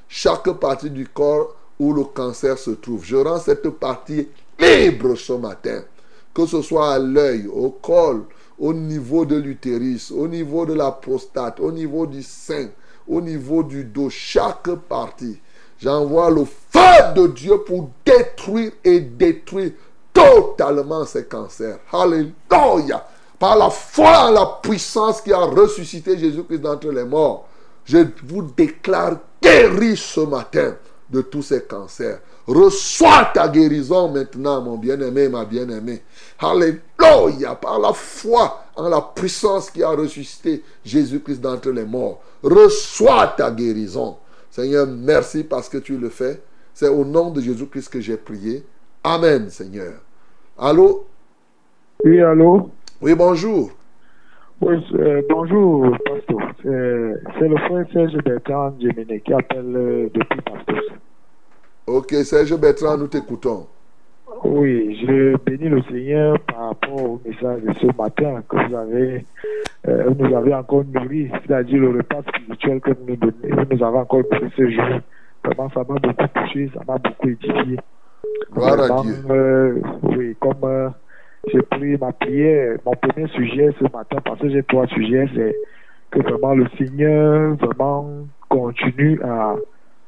chaque partie du corps où le cancer se trouve. Je rends cette partie libre ce matin. Que ce soit à l'œil, au col, au niveau de l'utérus, au niveau de la prostate, au niveau du sein, au niveau du dos, chaque partie. J'envoie le feu de Dieu pour détruire et détruire totalement ces cancers. Alléluia. Par la foi en la puissance qui a ressuscité Jésus-Christ d'entre les morts, je vous déclare guéri ce matin de tous ces cancers. Reçois ta guérison maintenant, mon bien-aimé, ma bien-aimée. Alléluia. Par la foi en la puissance qui a ressuscité Jésus-Christ d'entre les morts, reçois ta guérison. Seigneur, merci parce que tu le fais. C'est au nom de Jésus-Christ que j'ai prié. Amen, Seigneur. Allô? Oui, allô? Oui, bonjour. Oui, bonjour, pasteur. C'est le frère Serge Bertrand Djemene qui appelle depuis pasteur. Ok, Serge Bertrand, nous t'écoutons. Oui, je bénis le Seigneur par rapport au message de ce matin que vous nous avez encore nourri, c'est-à-dire le repas spirituel que vous nous avez encore pris ce jour. Vraiment, ça m'a beaucoup touché, ça m'a beaucoup édifié. Gloire à Dieu. Oui, comme j'ai pris ma prière, mon premier sujet ce matin, parce que j'ai 3 sujets, c'est que vraiment le Seigneur vraiment continue à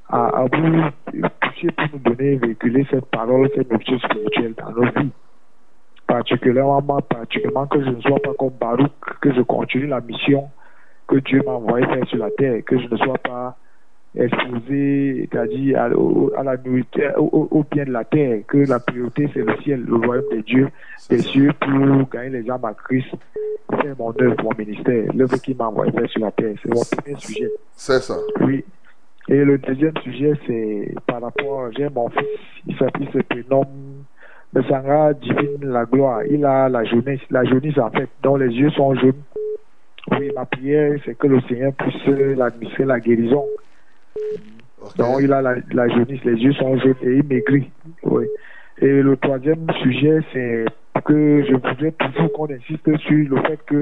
vous toucher pour nous donner, véhiculer cette parole, cette nourriture spirituelle dans nos vies. Particulièrement que je ne sois pas comme Baruch, que je continue la mission que Dieu m'a envoyé faire sur la terre, que je ne sois pas exposé, c'est-à-dire à la nourriture, au bien de la terre, que la priorité c'est le ciel, le royaume de Dieu, des cieux, pour gagner les âmes à Christ. C'est mon œuvre, mon ministère, l'œuvre qu'il m'a envoyé faire sur la terre. C'est mon premier sujet. C'est ça. Oui. Et le deuxième sujet, c'est par rapport, j'ai mon fils, il se prénomme Messanga Divine la gloire. Il a la jaunisse en fait, dont les yeux sont jaunes. Oui, ma prière, c'est que le Seigneur puisse l'administrer la guérison. Okay. Donc il a la jaunisse, les yeux sont jaunes et il maigrit. Oui. Et le troisième sujet, c'est que je voudrais toujours qu'on insiste sur le fait que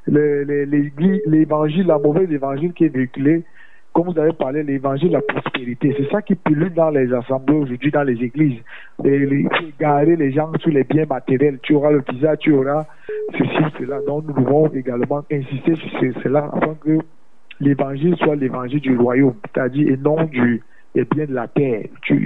l'évangile, la mauvaise évangile qui est véhiculée, comme vous avez parlé, l'évangile de la prospérité, c'est ça qui pullule dans les assemblées aujourd'hui, dans les églises. Égarer les gens sur les biens matériels. Tu auras le visa, tu auras ceci, cela. Donc nous devons également insister sur cela afin que l'évangile soit l'évangile du royaume, c'est-à-dire et non des biens de la terre.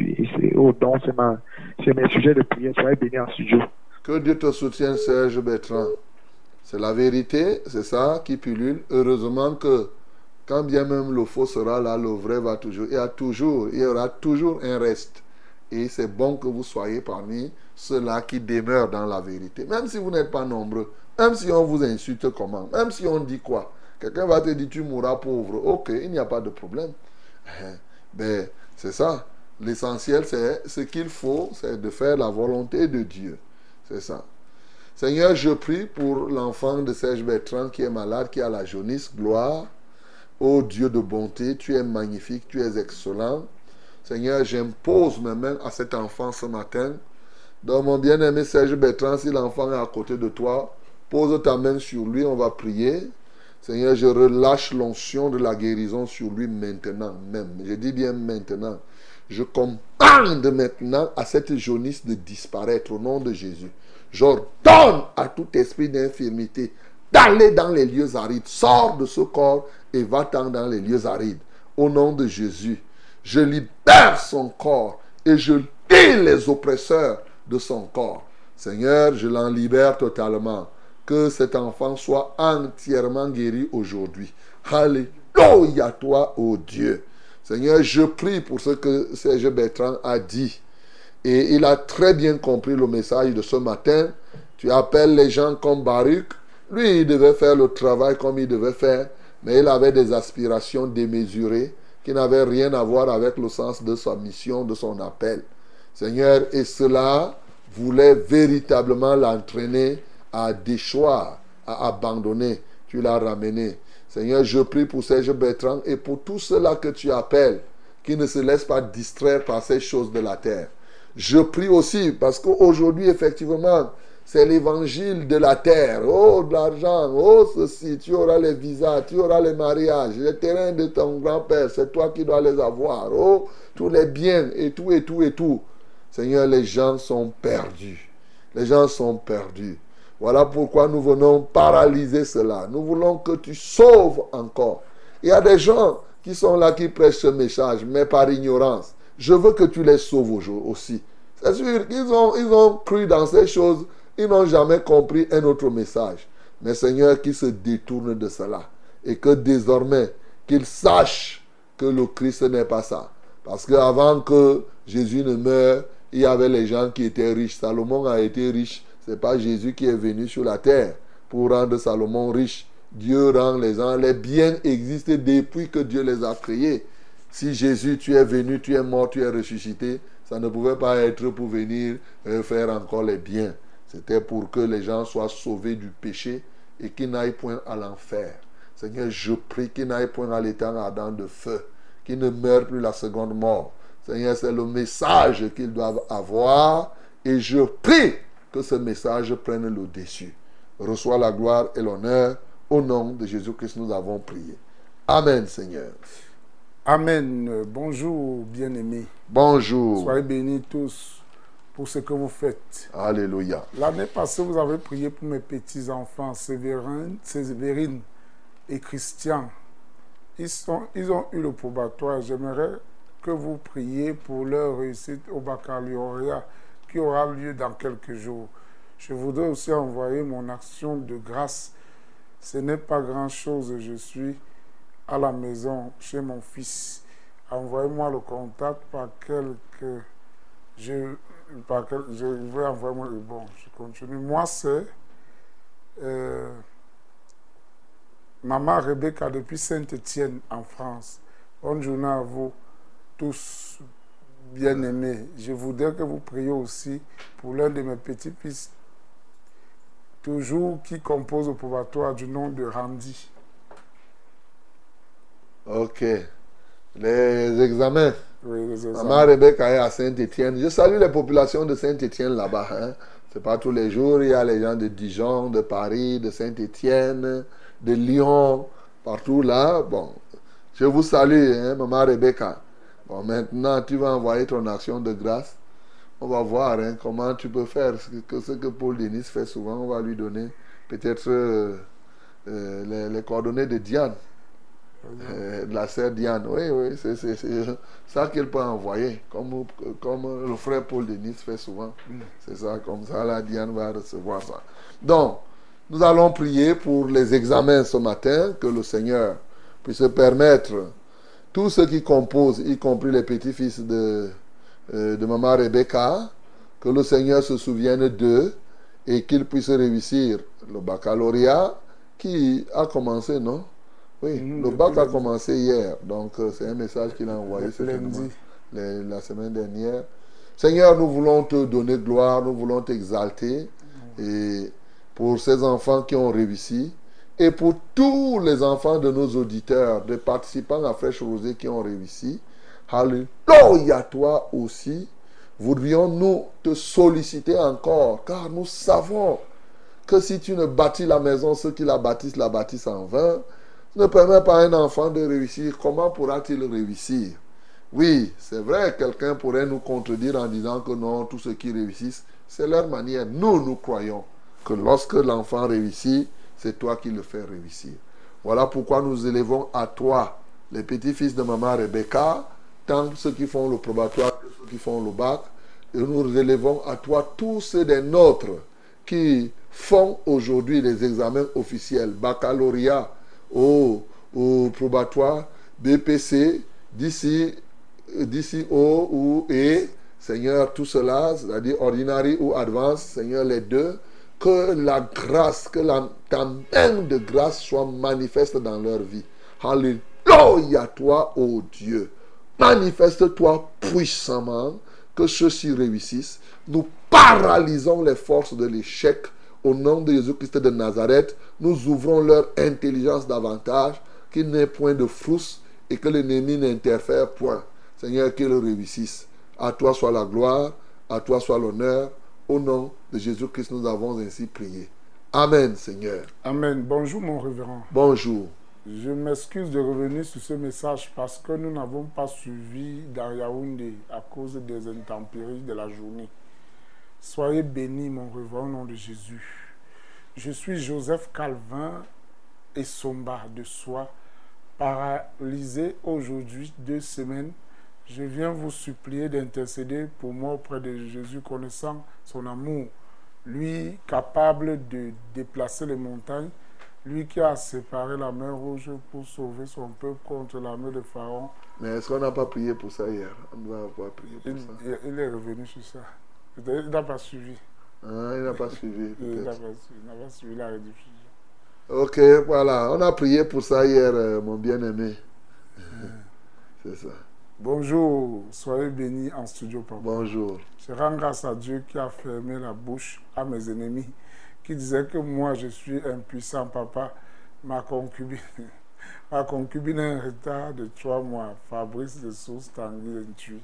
Donc c'est mes sujets de prière. Soyez bénis en studio. Que Dieu te soutienne, Serge Bertrand. C'est la vérité, c'est ça qui pullule. Heureusement que quand bien même le faux sera là, le vrai va toujours. Il y aura toujours un reste. Et c'est bon que vous soyez parmi ceux-là qui demeurent dans la vérité. Même si vous n'êtes pas nombreux, même si on vous insulte comment, même si on dit quoi. Quelqu'un va te dire tu mourras pauvre. Ok, il n'y a pas de problème. Ben, c'est ça. L'essentiel, c'est ce qu'il faut, c'est de faire la volonté de Dieu. C'est ça. Seigneur, je prie pour l'enfant de Serge Bertrand qui est malade, qui a la jaunisse. Gloire. Ô Dieu de bonté, tu es magnifique, tu es excellent. Seigneur, j'impose mes mains à cet enfant ce matin. Donc mon bien-aimé Serge Bertrand, si l'enfant est à côté de toi, pose ta main sur lui, on va prier. Seigneur, je relâche l'onction de la guérison sur lui maintenant même. Je dis bien maintenant. Je commande maintenant à cette jaunisse de disparaître au nom de Jésus. J'ordonne à tout esprit d'infirmité d'aller dans les lieux arides. Sors de ce corps et va-t'en dans les lieux arides. Au nom de Jésus, je libère son corps et je lie les oppresseurs de son corps. Seigneur, je l'en libère totalement. Que cet enfant soit entièrement guéri aujourd'hui. Alléluia toi, ô Dieu. Seigneur, je prie pour ce que Serge Bertrand a dit. Et il a très bien compris le message de ce matin. Tu appelles les gens comme Baruch. Lui, il devait faire le travail comme il devait faire. Mais il avait des aspirations démesurées qui n'avaient rien à voir avec le sens de sa mission, de son appel. Seigneur, et cela voulait véritablement l'entraîner à déchoir, à abandonner. Tu l'as ramené. Seigneur, je prie pour Serge Bertrand et pour tous ceux-là que tu appelles, qui ne se laissent pas distraire par ces choses de la terre. Je prie aussi parce qu'aujourd'hui, effectivement, c'est l'évangile de la terre. Oh, de l'argent, oh, ceci, tu auras les visas, tu auras les mariages, les terrains de ton grand-père, c'est toi qui dois les avoir. Oh, tous les biens et tout, et tout, et tout. Seigneur, les gens sont perdus. Les gens sont perdus. Voilà pourquoi nous venons paralyser cela. Nous voulons que tu sauves encore. Il y a des gens qui sont là, qui prêchent ce message, mais par ignorance. Je veux que tu les sauves aussi. C'est sûr qu'ils ont cru dans ces choses. Ils n'ont jamais compris un autre message. Mais Seigneur, qu'ils se détournent de cela. Et que désormais, qu'ils sachent que le Christ n'est pas ça. Parce qu'avant que Jésus ne meure, il y avait les gens qui étaient riches. Salomon a été riche. Ce n'est pas Jésus qui est venu sur la terre pour rendre Salomon riche. Dieu rend les gens. Les biens existent depuis que Dieu les a créés. Si Jésus, tu es venu, tu es mort, tu es ressuscité, ça ne pouvait pas être pour venir faire encore les biens. C'était pour que les gens soient sauvés du péché et qu'ils n'aillent point à l'enfer. Seigneur, je prie qu'ils n'aillent point à l'étang ardent de feu, qu'ils ne meurent plus la seconde mort. Seigneur, c'est le message qu'ils doivent avoir et je prie que ce message prenne le dessus. Reçois la gloire et l'honneur. Au nom de Jésus-Christ, nous avons prié. Amen, Seigneur. Amen. Bonjour, bien-aimés. Bonjour. Soyez bénis tous pour ce que vous faites. Alléluia. L'année passée, vous avez prié pour mes petits-enfants, Sévérine et Christian. Ils ont eu le probatoire. J'aimerais que vous priez pour leur réussite au baccalauréat qui aura lieu dans quelques jours. Je voudrais aussi envoyer mon action de grâce. Ce n'est pas grand-chose. Je suis à la maison chez mon fils. Envoyez-moi le contact par quelques... Je vais envoyer mon... Bon, je continue. Moi, c'est Maman Rebecca depuis Saint-Étienne en France. Bonne journée à vous tous bien-aimés. Je voudrais que vous priez aussi pour l'un de mes petits-fils, toujours qui compose au probatoire du nom de Randy. Ok. Les examens. Oui, les examens. Maman Rebecca est à Saint-Étienne. Je salue les populations de Saint-Étienne là-bas. Hein. Ce n'est pas tous les jours. Il y a les gens de Dijon, de Paris, de Saint-Étienne, de Lyon, partout là. Bon, je vous salue, hein, Maman Rebecca. Bon, maintenant, tu vas envoyer ton action de grâce. On va voir hein, comment tu peux faire ce que Paul Denis fait souvent. On va lui donner peut-être les coordonnées de Diane. De la sœur Diane, oui, c'est ça qu'il peut envoyer, comme le frère Paul Denis fait souvent. C'est ça, comme ça, la Diane va recevoir ça. Donc, nous allons prier pour les examens ce matin, que le Seigneur puisse permettre tous ceux qui composent, y compris les petits-fils de Maman Rebecca, que le Seigneur se souvienne d'eux et qu'ils puissent réussir le baccalauréat qui a commencé, non? Oui, le bac a commencé hier, donc c'est un message qu'il a envoyé la semaine dernière. Seigneur, nous voulons te donner gloire, nous voulons t'exalter et pour ces enfants qui ont réussi et pour tous les enfants de nos auditeurs, des participants à Fraîche Rosée qui ont réussi. Alléluia, toi aussi. Voudrions-nous te solliciter encore, car nous savons que si tu ne bâtis la maison, ceux qui la bâtissent en vain. Ne permet pas à un enfant de réussir. Comment pourra-t-il réussir? Oui, c'est vrai, quelqu'un pourrait nous contredire en disant que non, tous ceux qui réussissent, c'est leur manière. Nous croyons que lorsque l'enfant réussit, c'est toi qui le fais réussir. Voilà pourquoi nous élevons à toi les petits-fils de Maman Rebecca, tant ceux qui font le probatoire que ceux qui font le bac, et nous élevons à toi tous ceux des nôtres qui font aujourd'hui les examens officiels, baccalauréat, au probatoire, BPC, d'ici O ou E, Seigneur, tout cela, c'est-à-dire ordinary ou advance, Seigneur, les deux, que la grâce, ta main de grâce soit manifeste dans leur vie. Alléluia, toi, ô Dieu. Manifeste-toi puissamment, que ceux-ci réussissent. Nous paralysons les forces de l'échec. Au nom de Jésus-Christ de Nazareth, nous ouvrons leur intelligence davantage, qu'il n'ait point de frousse et que l'ennemi n'interfère point. Seigneur, qu'ils réussissent. À toi soit la gloire, à toi soit l'honneur, Au nom de Jésus-Christ, nous avons ainsi prié. Amen, Seigneur. Amen. Bonjour, mon révérend. Bonjour. Je m'excuse de revenir sur ce message parce que nous n'avons pas suivi dans Yaoundé à cause des intempéries de la journée. Soyez bénis, mon révérend, au nom de Jésus. Je suis Joseph Calvin et Somba de Soie, paralysé aujourd'hui 2 semaines. Je viens vous supplier d'intercéder pour moi auprès de Jésus, connaissant son amour. Lui capable de déplacer les montagnes, lui qui a séparé la mer Rouge pour sauver son peuple contre la mer de Pharaon. Mais est-ce qu'on n'a pas prié pour ça hier? On doit pas prier pour ça. Il est revenu sur ça. Il n'a pas suivi. Ah, il n'a pas suivi. Il n'a pas suivi la rediffusion. Ok, voilà. On a prié pour ça hier, mon bien-aimé. C'est ça. Bonjour, soyez bénis en studio, papa. Bonjour. Je rends grâce à Dieu qui a fermé la bouche à mes ennemis, qui disaient que moi je suis impuissant, papa. Ma concubine a un retard de 3 mois. Fabrice de Source Tanguy Ntui.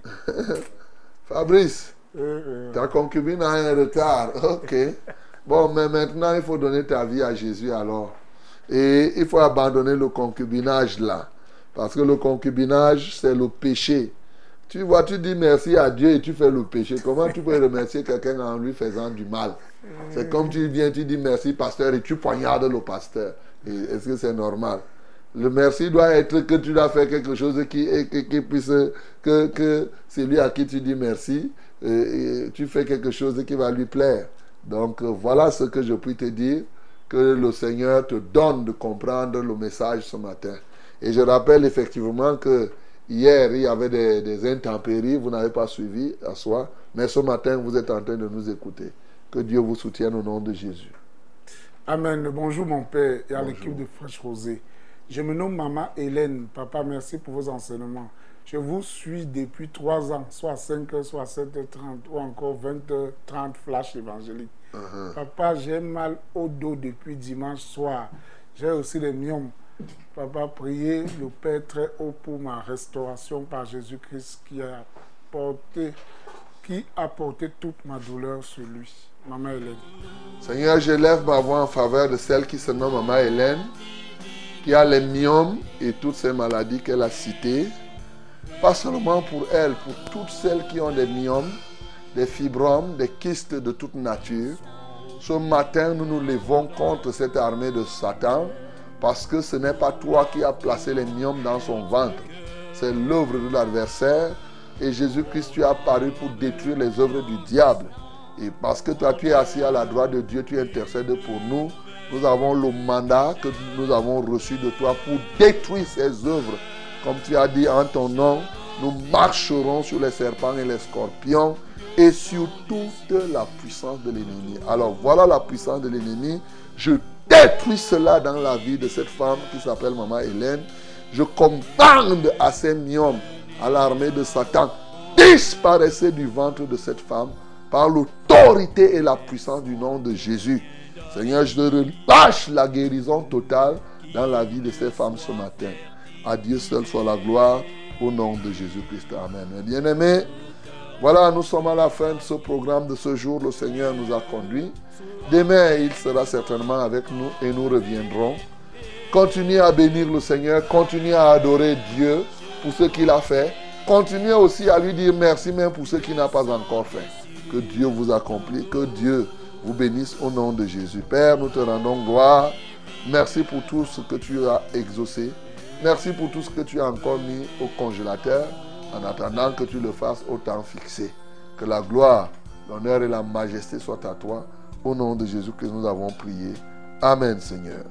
Fabrice, ta concubine a un retard. Ok. Bon, mais maintenant il faut donner ta vie à Jésus alors. Et il faut abandonner le concubinage là. Parce que le concubinage, c'est le péché. Tu vois, tu dis merci à Dieu et tu fais le péché. Comment tu peux remercier quelqu'un en lui faisant du mal? C'est comme tu viens, tu dis merci pasteur et tu poignardes le pasteur. Est-ce que c'est normal? Le merci doit être que tu dois faire quelque chose qui puisse, que celui à qui tu dis merci, tu fais quelque chose qui va lui plaire. Donc voilà ce que je puis te dire, que le Seigneur te donne de comprendre le message ce matin. Et je rappelle effectivement que hier, il y avait des intempéries, vous n'avez pas suivi à soi, mais ce matin, vous êtes en train de nous écouter. Que Dieu vous soutienne au nom de Jésus. Amen. Bonjour mon père et à l'équipe de Fraîche Rosée. Je me nomme Maman Hélène. Papa, merci pour vos enseignements. Je vous suis depuis 3 ans, soit à 5h, soit à 7h30 ou encore 20h30 flash évangélique. Papa, j'ai mal au dos depuis dimanche soir. J'ai aussi des myomes. Papa, priez le Père très haut pour ma restauration par Jésus-Christ qui a porté toute ma douleur sur lui. Maman Hélène. Seigneur, je lève ma voix en faveur de celle qui se nomme Maman Hélène, qui a les myomes et toutes ces maladies qu'elle a citées. Pas seulement pour elle, pour toutes celles qui ont des myomes, des fibromes, des kystes de toute nature. Ce matin, nous nous levons contre cette armée de Satan, parce que ce n'est pas toi qui as placé les myomes dans son ventre. C'est l'œuvre de l'adversaire. Et Jésus-Christ, tu es apparu pour détruire les œuvres du diable. Et parce que toi, tu es assis à la droite de Dieu, tu intercèdes pour nous. Nous avons le mandat que nous avons reçu de toi pour détruire ces œuvres. Comme tu as dit en ton nom, nous marcherons sur les serpents et les scorpions et sur toute la puissance de l'ennemi. Alors voilà la puissance de l'ennemi. Je détruis cela dans la vie de cette femme qui s'appelle Maman Hélène. Je commande à ces myomes, à l'armée de Satan, disparaissez du ventre de cette femme par l'autorité et la puissance du nom de Jésus. Seigneur, je relâche la guérison totale dans la vie de ces femmes ce matin. À Dieu seul soit la gloire au nom de Jésus-Christ. Amen. Bien-aimés, voilà, nous sommes à la fin de ce programme de ce jour. Le Seigneur nous a conduits. Demain, il sera certainement avec nous et nous reviendrons. Continuez à bénir le Seigneur. Continuez à adorer Dieu pour ce qu'il a fait. Continuez aussi à lui dire merci même pour ce qu'il n'a pas encore fait. Que Dieu vous accomplisse. Que Dieu vous bénisse au nom de Jésus. Père, nous te rendons gloire. Merci pour tout ce que tu as exaucé. Merci pour tout ce que tu as encore mis au congélateur en attendant que tu le fasses au temps fixé. Que la gloire, l'honneur et la majesté soient à toi. Au nom de Jésus que nous avons prié. Amen, Seigneur.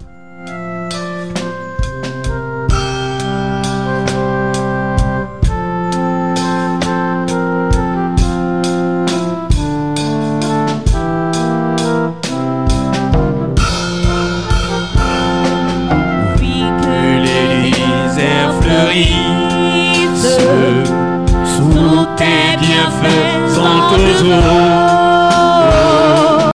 Oui, que les déserts fleurissent sous tes bienfaits sans toujours.